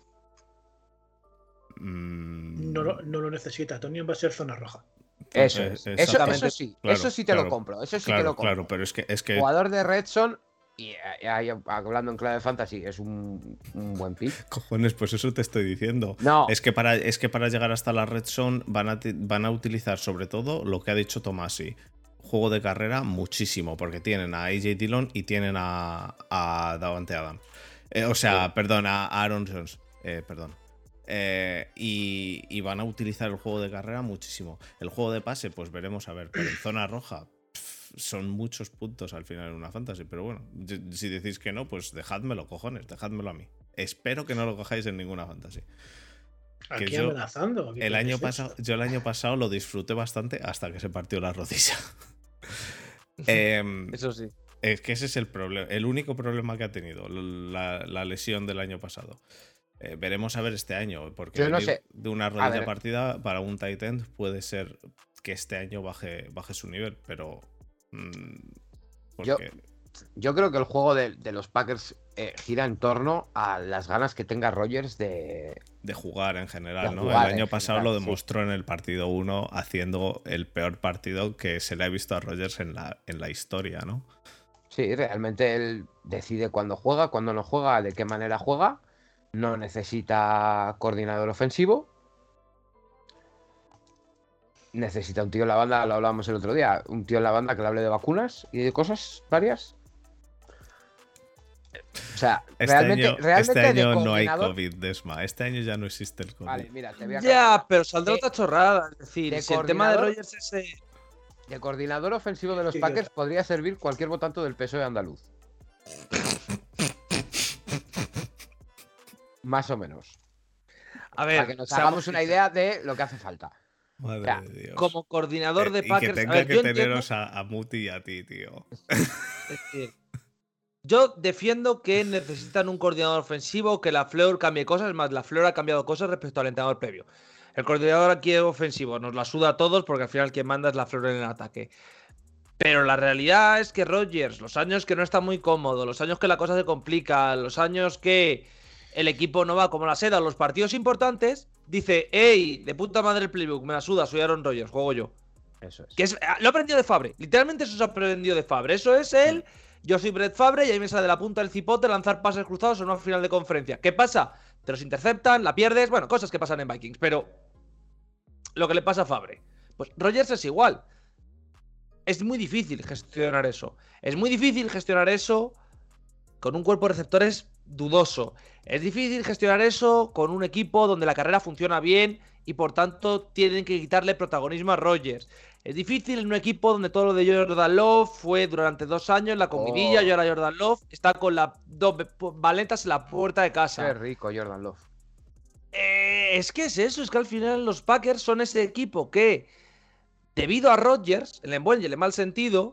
No lo necesita. Tonian va a ser zona roja. Eso sí, claro, eso sí te lo compro. Eso sí te lo compro. Claro, pero es que... Jugador de Red Zone, y hablando en clave fantasy, es un buen pick. Cojones, pues eso te estoy diciendo. No. Es que para llegar hasta la Red Zone van a utilizar sobre todo lo que ha dicho Tomasi. Juego de carrera muchísimo, porque tienen a AJ Dillon y tienen a Davante Adams. Perdón, a Aaron Jones. Perdón. Y van a utilizar el juego de carrera muchísimo. El juego de pase, pues veremos a ver. Pero en zona roja son muchos puntos al final en una fantasy. Pero bueno, si decís que no, pues dejádmelo, cojones, dejádmelo a mí. Espero que no lo cojáis en ninguna fantasy. Aquí amenazando. El año pasado lo disfruté bastante hasta que se partió la rodilla. Eso sí. Es que ese es el problema, el único problema que ha tenido, la lesión del año pasado. Veremos a ver este año, porque yo no sé. De una rodilla partida para un tight end puede ser que este año baje su nivel, pero yo creo que el juego de los Packers gira en torno a las ganas que tenga Rodgers de jugar en general, ¿no? Jugar el año pasado general, lo demostró en el partido 1 haciendo el peor partido que se le ha visto a Rodgers en la historia, ¿no? Sí, realmente él decide cuándo juega, cuándo no juega, de qué manera juega. No necesita coordinador ofensivo. Necesita un tío en la banda, lo hablábamos el otro día, un tío en la banda que le hable de vacunas y de cosas varias. O sea, realmente este año no hay COVID, Desma. Este año ya no existe el COVID. Vale, mira, te voy a ya, pero saldrá otra chorrada. Es decir, si el tema de Rodgers es de coordinador ofensivo de los Packers podría servir cualquier votante del PSOE andaluz. Más o menos. A ver, para que nos hagamos una idea de lo que hace falta. Madre de Dios. Como coordinador de Packers. Y que tenga que teneros a Muti y a ti, tío. Es decir, yo defiendo que necesitan un coordinador ofensivo, que la Fleur cambie cosas. Es más, la Fleur ha cambiado cosas respecto al entrenador previo. El coordinador aquí ofensivo nos la suda a todos porque al final quien manda es la Fleur en el ataque. Pero la realidad es que Rodgers, los años que no está muy cómodo, los años que la cosa se complica, los años que el equipo no va como la seda, los partidos importantes, dice, ¡ey! De puta madre el playbook, me la suda, soy Aaron Rodgers, juego yo. Eso es. Que lo he aprendido de Favre, literalmente eso se ha aprendido de Favre. Eso es él, yo soy Brett Favre y ahí me sale de la punta del cipote lanzar pases cruzados en una final de conferencia. ¿Qué pasa? Te los interceptan, la pierdes, bueno, cosas que pasan en Vikings, pero lo que le pasa a Favre. Pues Rodgers es igual. Es muy difícil gestionar eso. Es muy difícil gestionar eso con un cuerpo de receptores dudoso. Es difícil gestionar eso con un equipo donde la carrera funciona bien y por tanto tienen que quitarle protagonismo a Rodgers. Es difícil en un equipo donde todo lo de Jordan Love fue durante 2 años la comidilla y ahora Jordan Love está con las 2 valetas en la puerta de casa. Qué rico Jordan Love. Es que es eso, es que al final los Packers son ese equipo que, debido a Rodgers, en el buen y en el mal sentido,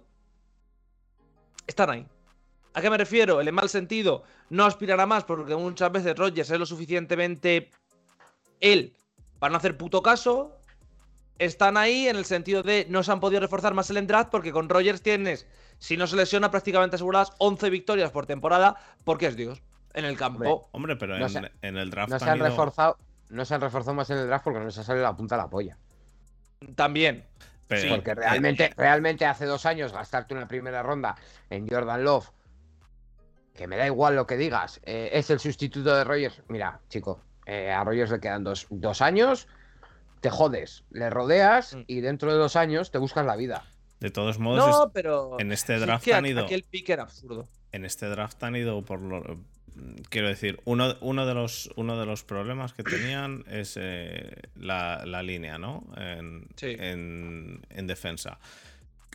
están ahí. ¿A qué me refiero? En el mal sentido, no aspiran a más porque muchas veces Rodgers es lo suficientemente él para no hacer puto caso. Están ahí en el sentido de no se han podido reforzar más el draft porque con Rodgers tienes, si no se lesiona, prácticamente aseguradas 11 victorias por temporada porque es Dios en el campo. Hombre, pero en el draft no se han reforzado más en el draft porque no se sale la punta a la polla. También. Pero, sí, porque realmente hace 2 años gastarte una primera ronda en Jordan Love, que me da igual lo que digas, es el sustituto de Rodgers. Mira, chico, a Rodgers le quedan 2 años, te jodes, le rodeas y dentro de 2 años te buscas la vida. De todos modos, no, pero en este draft han ido. Aquel pick era absurdo. En este draft han ido por lo. Quiero decir, uno de los problemas que tenían es la línea, ¿no? En defensa.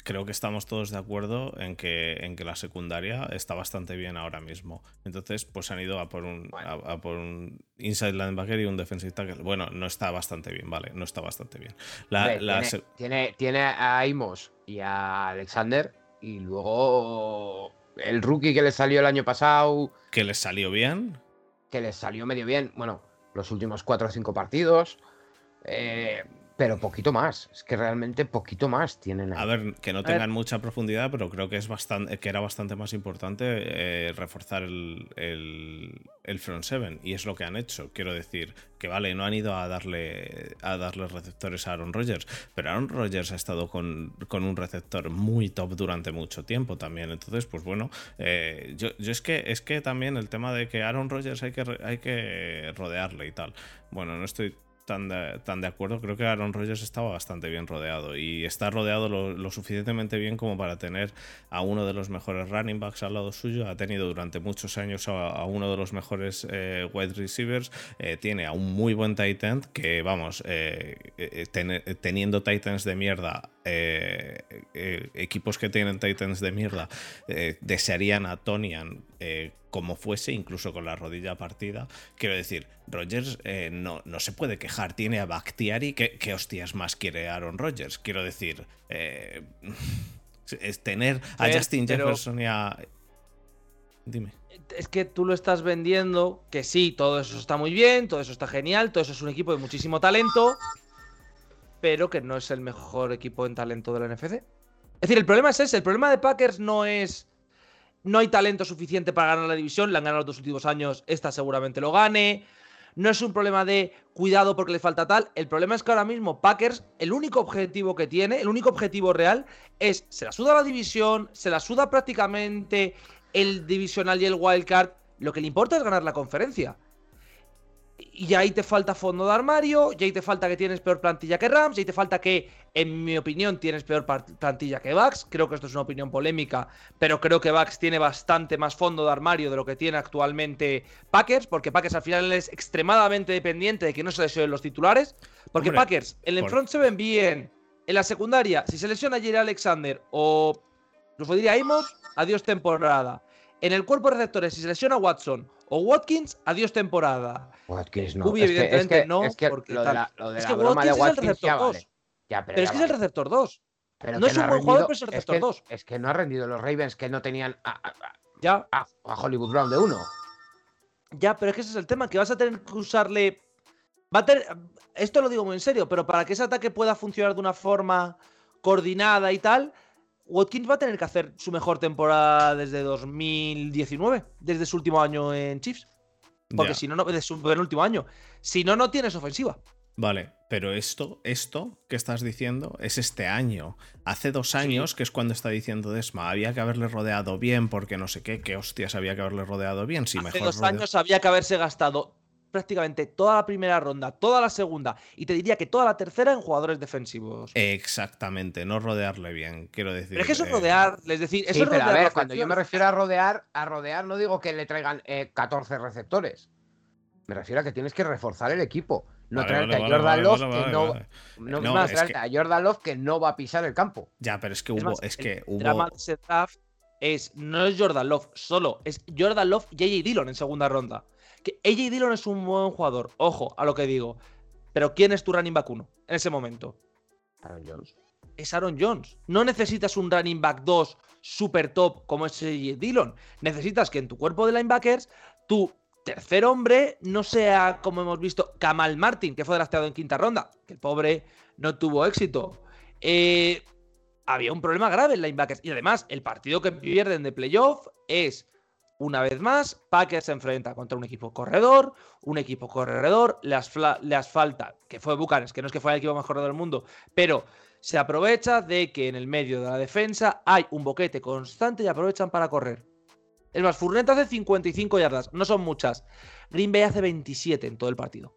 creo que estamos todos de acuerdo en que la secundaria está bastante bien ahora mismo. Entonces, pues han ido a por un inside linebacker y un defensive tackle. Bueno, no está bastante bien, vale, no está bastante bien. Tiene a Amos y a Alexander, y luego el rookie que le salió el año pasado. ¿Que les salió bien? Que les salió medio bien. Bueno, los últimos 4 o 5 partidos. Pero poquito más. Es que realmente poquito más tienen ahí. A ver, que no tengan mucha profundidad, pero creo que era bastante más importante reforzar el front seven. Y es lo que han hecho. Quiero decir que vale, no han ido a darle receptores a Aaron Rodgers, pero Aaron Rodgers ha estado con un receptor muy top durante mucho tiempo también. Entonces, pues bueno, yo es que también el tema de que Aaron Rodgers hay que rodearle y tal. Bueno, no estoy tan de acuerdo. Creo que Aaron Rodgers estaba bastante bien rodeado y está rodeado lo suficientemente bien como para tener a uno de los mejores running backs al lado suyo. Ha tenido durante muchos años a uno de los mejores wide receivers. Tiene a un muy buen tight end que, vamos, teniendo tight ends de mierda, equipos que tienen tight ends de mierda desearían a Tonyan como fuese, incluso con la rodilla partida. Quiero decir, Rodgers no se puede quejar. Tiene a Bakhtiari. ¿Qué hostias más quiere Aaron Rodgers? Quiero decir, es tener a Justin Jefferson y a... Dime. Es que tú lo estás vendiendo, que sí, todo eso está muy bien, todo eso está genial, todo eso es un equipo de muchísimo talento, pero que no es el mejor equipo en talento de la NFC. Es decir, el problema es ese. El problema de Packers no es... No hay talento suficiente para ganar la división. La han ganado los 2 últimos años. Esta seguramente lo gane. No es un problema de cuidado porque le falta tal. El problema es que ahora mismo Packers, el único objetivo que tiene, el único objetivo real es, se la suda la división, se la suda prácticamente el divisional y el wildcard. Lo que le importa es ganar la conferencia. Y ahí te falta fondo de armario, y ahí te falta que tienes peor plantilla que Rams, y ahí te falta que, en mi opinión, tienes peor plantilla que Bucks. Creo que esto es una opinión polémica, pero creo que Bucks tiene bastante más fondo de armario de lo que tiene actualmente Packers, porque Packers al final es extremadamente dependiente de que no se lesionen los titulares. Porque hombre, Packers, en el front seven bien, en la secundaria, si se lesiona Jaire Alexander o nos podría Amos, adiós temporada. En el cuerpo de receptores, si se lesiona Watson o Watkins, adiós temporada. Watkins no. Ubi, evidentemente no. Es que porque lo de la es broma de Watkins es el receptor 2. Vale. Ya, pero es que es el receptor 2. Pero no es un buen jugador, pero es el receptor 2. Es que no ha rendido los Ravens, que no tenían a Hollywood Brown de 1. Ya, pero es que ese es el tema, que vas a tener que usarle... Esto lo digo muy en serio, pero para que ese ataque pueda funcionar de una forma coordinada y tal, Watkins va a tener que hacer su mejor temporada desde 2019, desde su último año en Chiefs. Porque si no, desde su penúltimo año. Si no, no tienes ofensiva. Vale, pero esto que estás diciendo es este año. Hace 2 años, que es cuando está diciendo Desma, había que haberle rodeado bien, porque no sé qué hostias había que haberle rodeado bien. Si Hace 2 años había que haberse gastado prácticamente toda la primera ronda, toda la segunda, y te diría que toda la tercera en jugadores defensivos. Exactamente, no rodearle bien, quiero decir. Pero es que eso es rodear, es decir, eso sí, es pero rodear. A ver, cuando yo me refiero a rodear no digo que le traigan 14 receptores. Me refiero a que tienes que reforzar el equipo. No traerte a Jordan Love a Jordan Love que no va a pisar el campo. Ya, pero es que El drama de ese draft no es Jordan Love solo, es Jordan Love y A.J. Dillon en segunda ronda. Que A.J. Dillon es un buen jugador, ojo a lo que digo. Pero ¿quién es tu running back 1 en ese momento? Aaron Jones. Es Aaron Jones. No necesitas un running back 2 super top como es A.J. Dillon. Necesitas que en tu cuerpo de linebackers tu tercer hombre no sea, como hemos visto, Kamal Martin, que fue drafteado en 5ª ronda, que el pobre no tuvo éxito. Había un problema grave en linebackers. Y además, el partido que pierden de playoff es, una vez más, Packers se enfrenta contra un equipo corredor, le falta, que fue Buccaneers, que no es que fuera el equipo más corredor del mundo, pero se aprovecha de que en el medio de la defensa hay un boquete constante y aprovechan para correr. Es más, Fournette hace 55 yardas, no son muchas. Green Bay hace 27 en todo el partido.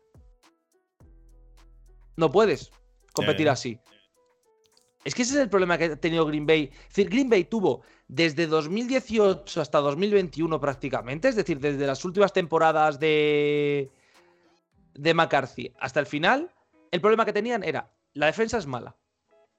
No puedes competir así. Es que ese es el problema que ha tenido Green Bay. Es decir, Green Bay tuvo desde 2018 hasta 2021 prácticamente, es decir, desde las últimas temporadas de McCarthy hasta el final, el problema que tenían era, la defensa es mala.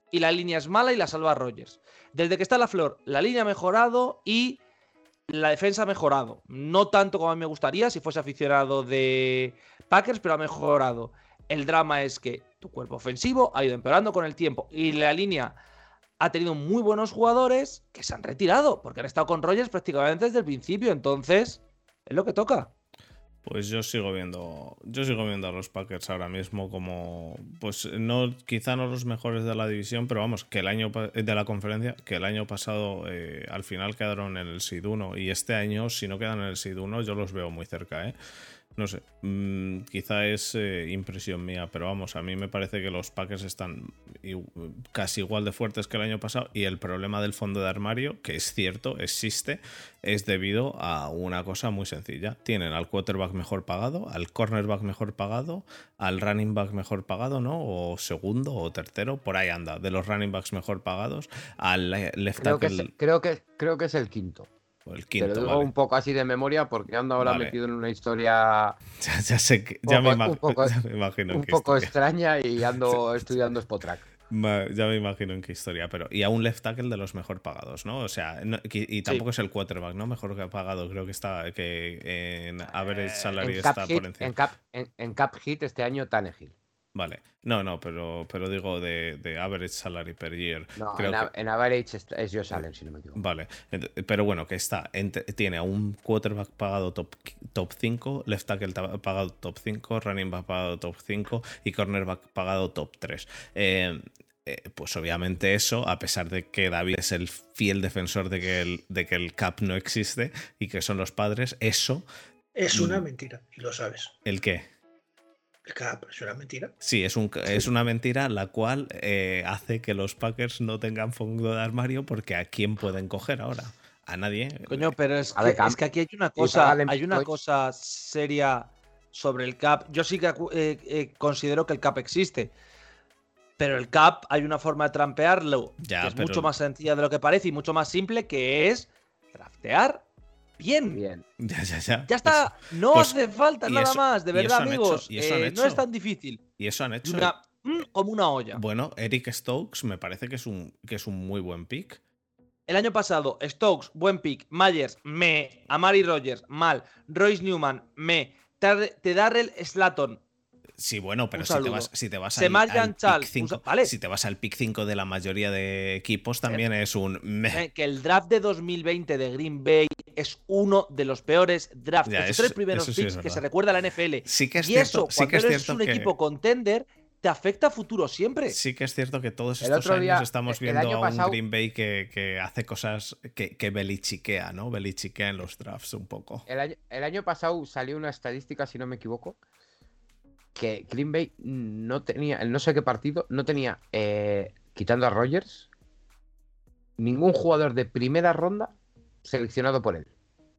y la línea es mala y la salva Rodgers. Desde que está LaFleur, la línea ha mejorado y la defensa ha mejorado. No tanto como a mí me gustaría si fuese aficionado de Packers, pero ha mejorado. El drama es que tu cuerpo ofensivo ha ido empeorando con el tiempo y la línea ha tenido muy buenos jugadores que se han retirado porque han estado con Rodgers prácticamente desde el principio. Entonces, es lo que toca. Pues yo sigo viendo a los Packers ahora mismo como, pues no, quizá no los mejores de la división, pero vamos, que el año de la conferencia, que el año pasado al final quedaron en el Seed 1 y este año si no quedan en el Seed 1 yo los veo muy cerca, No sé, quizá es impresión mía, pero vamos, a mí me parece que los Packers están casi igual de fuertes que el año pasado y el problema del fondo de armario, que es cierto, existe, es debido a una cosa muy sencilla. Tienen al quarterback mejor pagado, al cornerback mejor pagado, al running back mejor pagado, ¿no? O segundo o tercero, por ahí anda, de los running backs mejor pagados, al left tackle. Creo que es el quinto. El quinto, te lo digo vale. un poco así de memoria porque ando ahora metido en una historia ya sé que ya me imagino un poco extraña y ando estudiando Spotrac. Ya me imagino en qué historia, pero y a un left tackle de los mejor pagados, ¿no? O sea, y tampoco es el quarterback, ¿no? Mejor que pagado, creo que está que en average salary está por encima. En cap hit este año Tannehill. Vale, no, pero digo de average salary per year. No, en average es Josh Allen, si no me equivoco. Vale, pero bueno, que tiene a un quarterback pagado top 5, left tackle pagado top 5, running back pagado top 5 y cornerback pagado top 3. Pues obviamente eso, a pesar de que David es el fiel defensor de que el cap no existe y que son los padres, eso... Es una mentira, y lo sabes. ¿El qué? El cap es una mentira. Sí, es una mentira la cual hace que los Packers no tengan fondo de armario porque ¿a quién pueden coger ahora? A nadie. Coño, pero es que aquí hay una cosa seria sobre el cap. Yo sí que considero que el cap existe. Pero el cap hay una forma de trampearlo que es mucho más sencilla de lo que parece y mucho más simple, que es draftear bien. Ya está. No hace falta nada más. De verdad, amigos. No es tan difícil. Y eso han hecho. Como una olla. Bueno, Eric Stokes me parece que es un muy buen pick. El año pasado, Stokes, buen pick. Myers, Amari Rodgers, mal. Royce Newman, Te Darrell Slayton. Sí, bueno, pero si te vas al pick 5 de la mayoría de equipos también es un que el draft de 2020 de Green Bay es uno de los peores drafts. Los 3 primeros picks que se recuerda a la NFL. Sí que es y cierto, eso, cuando eres un equipo contender, te afecta a futuro siempre. Sí que es cierto que todos estos años estamos viendo a un Green Bay que hace cosas que belichiquea, ¿no? Belichiquea en los drafts un poco. El año pasado salió una estadística, si no me equivoco, que Green Bay no tenía, en no sé qué partido, no tenía, quitando a Rodgers, ningún jugador de primera ronda seleccionado por él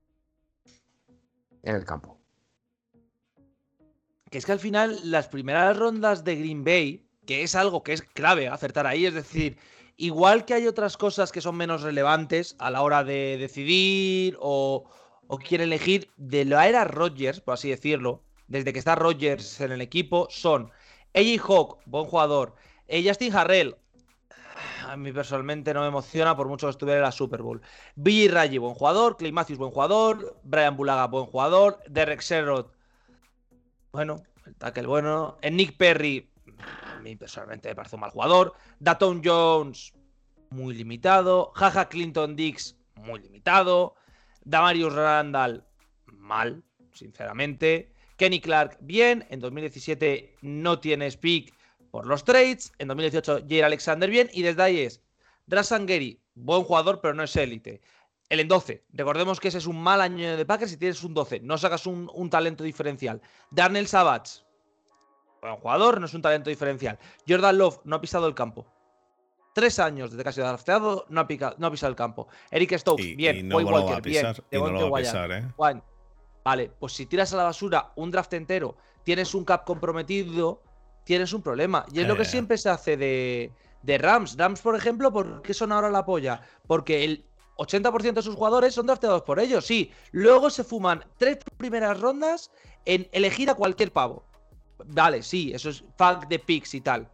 en el campo. Que es que al final las primeras rondas de Green Bay, que es algo que es clave acertar ahí, es decir, igual que hay otras cosas que son menos relevantes a la hora de decidir o quieren elegir, de la era Rodgers, por así decirlo, desde que está Rodgers en el equipo, son AJ Hawk, buen jugador, Justin Harrell, a mí personalmente no me emociona por mucho que estuviera en la Super Bowl, Billy Raji, buen jugador, Clay Matthews, buen jugador, Brian Bulaga, buen jugador, Derek Sherrod, bueno, el tackle bueno, Nick Perry, a mí personalmente me parece un mal jugador, Daton Jones, muy limitado, Jaja Clinton Dix, muy limitado, Damarius Randall, mal, sinceramente, Kenny Clark, bien. En 2017 no tienes pick por los trades. En 2018 Jair Alexander, bien. Y desde ahí es Rasan Gary, buen jugador, pero no es élite. El en 12. Recordemos que ese es un mal año de Packers si tienes un 12. No sacas un talento diferencial. Darnell Savage, buen jugador, no es un talento diferencial. Jordan Love no ha pisado el campo. 3 años desde que ha sido drafteado, no ha pisado el campo. Eric Stokes, bien. Y no lo va a pisar, bien. Y no lo va a pisar, Vale, pues si tiras a la basura un draft entero, tienes un cap comprometido, tienes un problema. Y es lo que siempre se hace de Rams. Rams, por ejemplo, ¿por qué son ahora la polla? Porque el 80% de sus jugadores son drafteados por ellos, sí. Luego se fuman 3 primeras rondas en elegir a cualquier pavo. Vale, sí, eso es fact de picks y tal.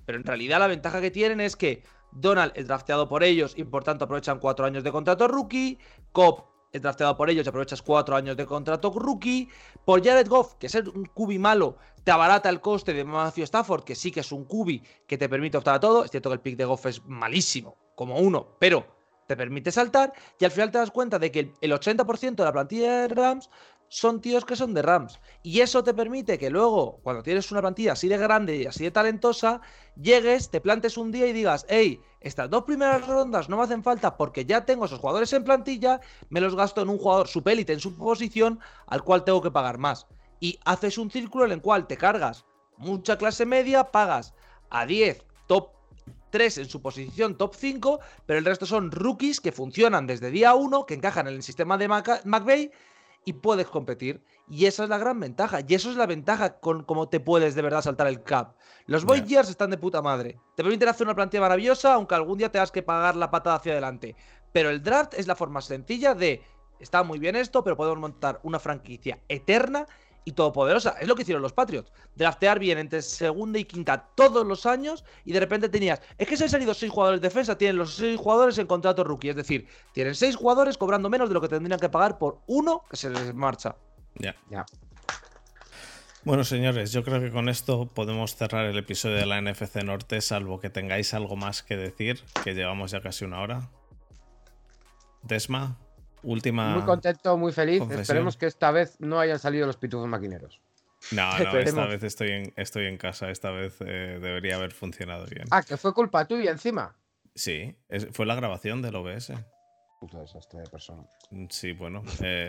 Pero en realidad la ventaja que tienen es que Donald es drafteado por ellos y por tanto aprovechan 4 años de contrato rookie. Cobb es drafteado por ellos y aprovechas 4 años de contrato rookie. Por Jared Goff, que ser un QB malo te abarata el coste de Matthew Stafford, que sí que es un QB que te permite optar a todo. Es cierto que el pick de Goff es malísimo, como uno, pero te permite saltar. Y al final te das cuenta de que el 80% de la plantilla de Rams son tíos que son de Rams. Y eso te permite que luego, cuando tienes una plantilla así de grande y así de talentosa, llegues, te plantes un día y digas, hey, estas 2 primeras rondas no me hacen falta porque ya tengo esos jugadores en plantilla, me los gasto en un jugador subélite en su posición al cual tengo que pagar más. Y haces un círculo en el cual te cargas mucha clase media, pagas a 10 top 3 en su posición top 5, pero el resto son rookies que funcionan desde día 1, que encajan en el sistema de McVay y puedes competir. Y esa es la gran ventaja. Y eso es la ventaja con cómo te puedes de verdad saltar el cap. Los Void Years están de puta madre. Te permiten hacer una plantilla maravillosa, aunque algún día tengas que pagar la patada hacia adelante. Pero el draft es la forma sencilla de, está muy bien esto, pero podemos montar una franquicia eterna y todopoderosa. Es lo que hicieron los Patriots. Draftear bien entre segunda y quinta todos los años y de repente tenías... Es que se han salido 6 jugadores de defensa, tienen los 6 jugadores en contrato rookie. Es decir, tienen 6 jugadores cobrando menos de lo que tendrían que pagar por uno que se les marcha. Ya. Bueno, señores, yo creo que con esto podemos cerrar el episodio de la NFC Norte, salvo que tengáis algo más que decir, que llevamos ya casi 1 hora. Desma, última... Muy contento, muy feliz. confesión. Esperemos que esta vez no hayan salido los pitufos maquineros. No, esta vez estoy en casa. Esta vez debería haber funcionado bien. Ah, que fue culpa tuya encima. Sí, fue la grabación del OBS. Puto desastre de persona. Sí, bueno.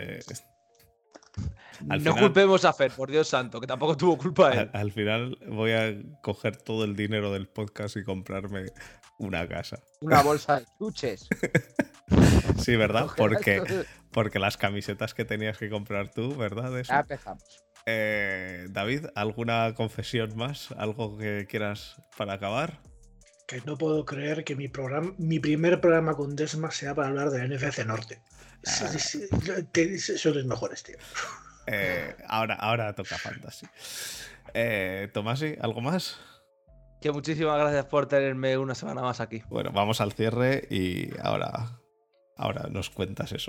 No final, culpemos a Fer, por Dios santo, que tampoco tuvo culpa él. Al final voy a coger todo el dinero del podcast y comprarme una casa. Una bolsa de chuches. Sí, ¿verdad? Porque las camisetas que tenías que comprar tú, ¿verdad? De eso. Ya empezamos. David, ¿alguna confesión más? ¿Algo que quieras para acabar? Que no puedo creer que mi primer programa con Desma sea para hablar de la NFC Norte. Son los mejores, tío. Ahora toca Fantasy. Tomasi, ¿algo más? Que muchísimas gracias por tenerme una semana más aquí. Bueno, vamos al cierre y ahora nos cuentas eso.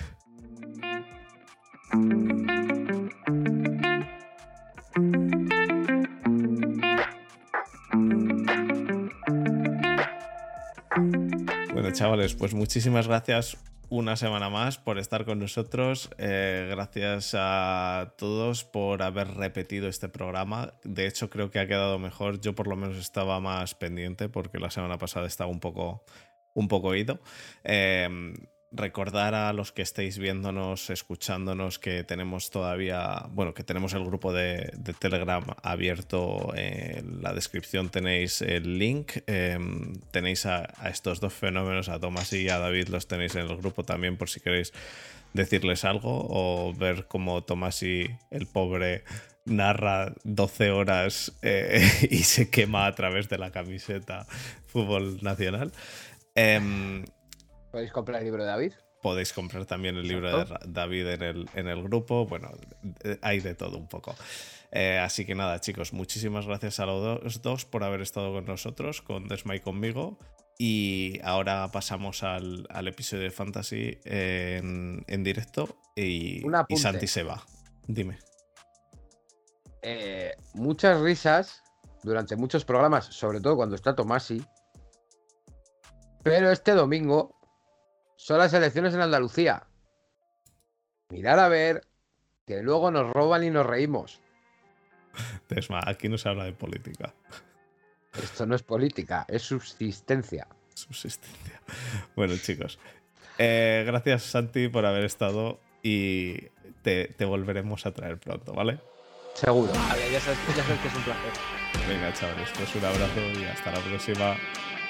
Bueno, chavales, pues muchísimas gracias una semana más por estar con nosotros. Gracias a todos por haber repetido este programa. De hecho, creo que ha quedado mejor. Yo por lo menos estaba más pendiente porque la semana pasada estaba un poco ido. Recordar a los que estéis viéndonos, escuchándonos, que tenemos todavía, que tenemos el grupo de Telegram abierto. En la descripción tenéis el link. Tenéis a estos 2 fenómenos, a Tomás y a David, los tenéis en el grupo también por si queréis decirles algo o ver cómo Tomás y el pobre narra 12 horas y se quema a través de la camiseta Fútbol Nacional. ¿Podéis comprar el libro de David? Podéis comprar también el libro de David en el grupo. Bueno, hay de todo un poco. Así que nada, chicos, muchísimas gracias a los dos por haber estado con nosotros, con Desma y conmigo. Y ahora pasamos al episodio de Fantasy en directo y Santi se va. Dime. Muchas risas durante muchos programas, sobre todo cuando está Tomasi. Pero este domingo son las elecciones en Andalucía. Mirar a ver, que luego nos roban y nos reímos. Desma, aquí no se habla de política. Esto no es política, es subsistencia. Bueno, chicos, gracias Santi por haber estado y te volveremos a traer pronto, ¿vale? Seguro. Ya sabes que es un placer. Venga, chavales, pues un abrazo y hasta la próxima.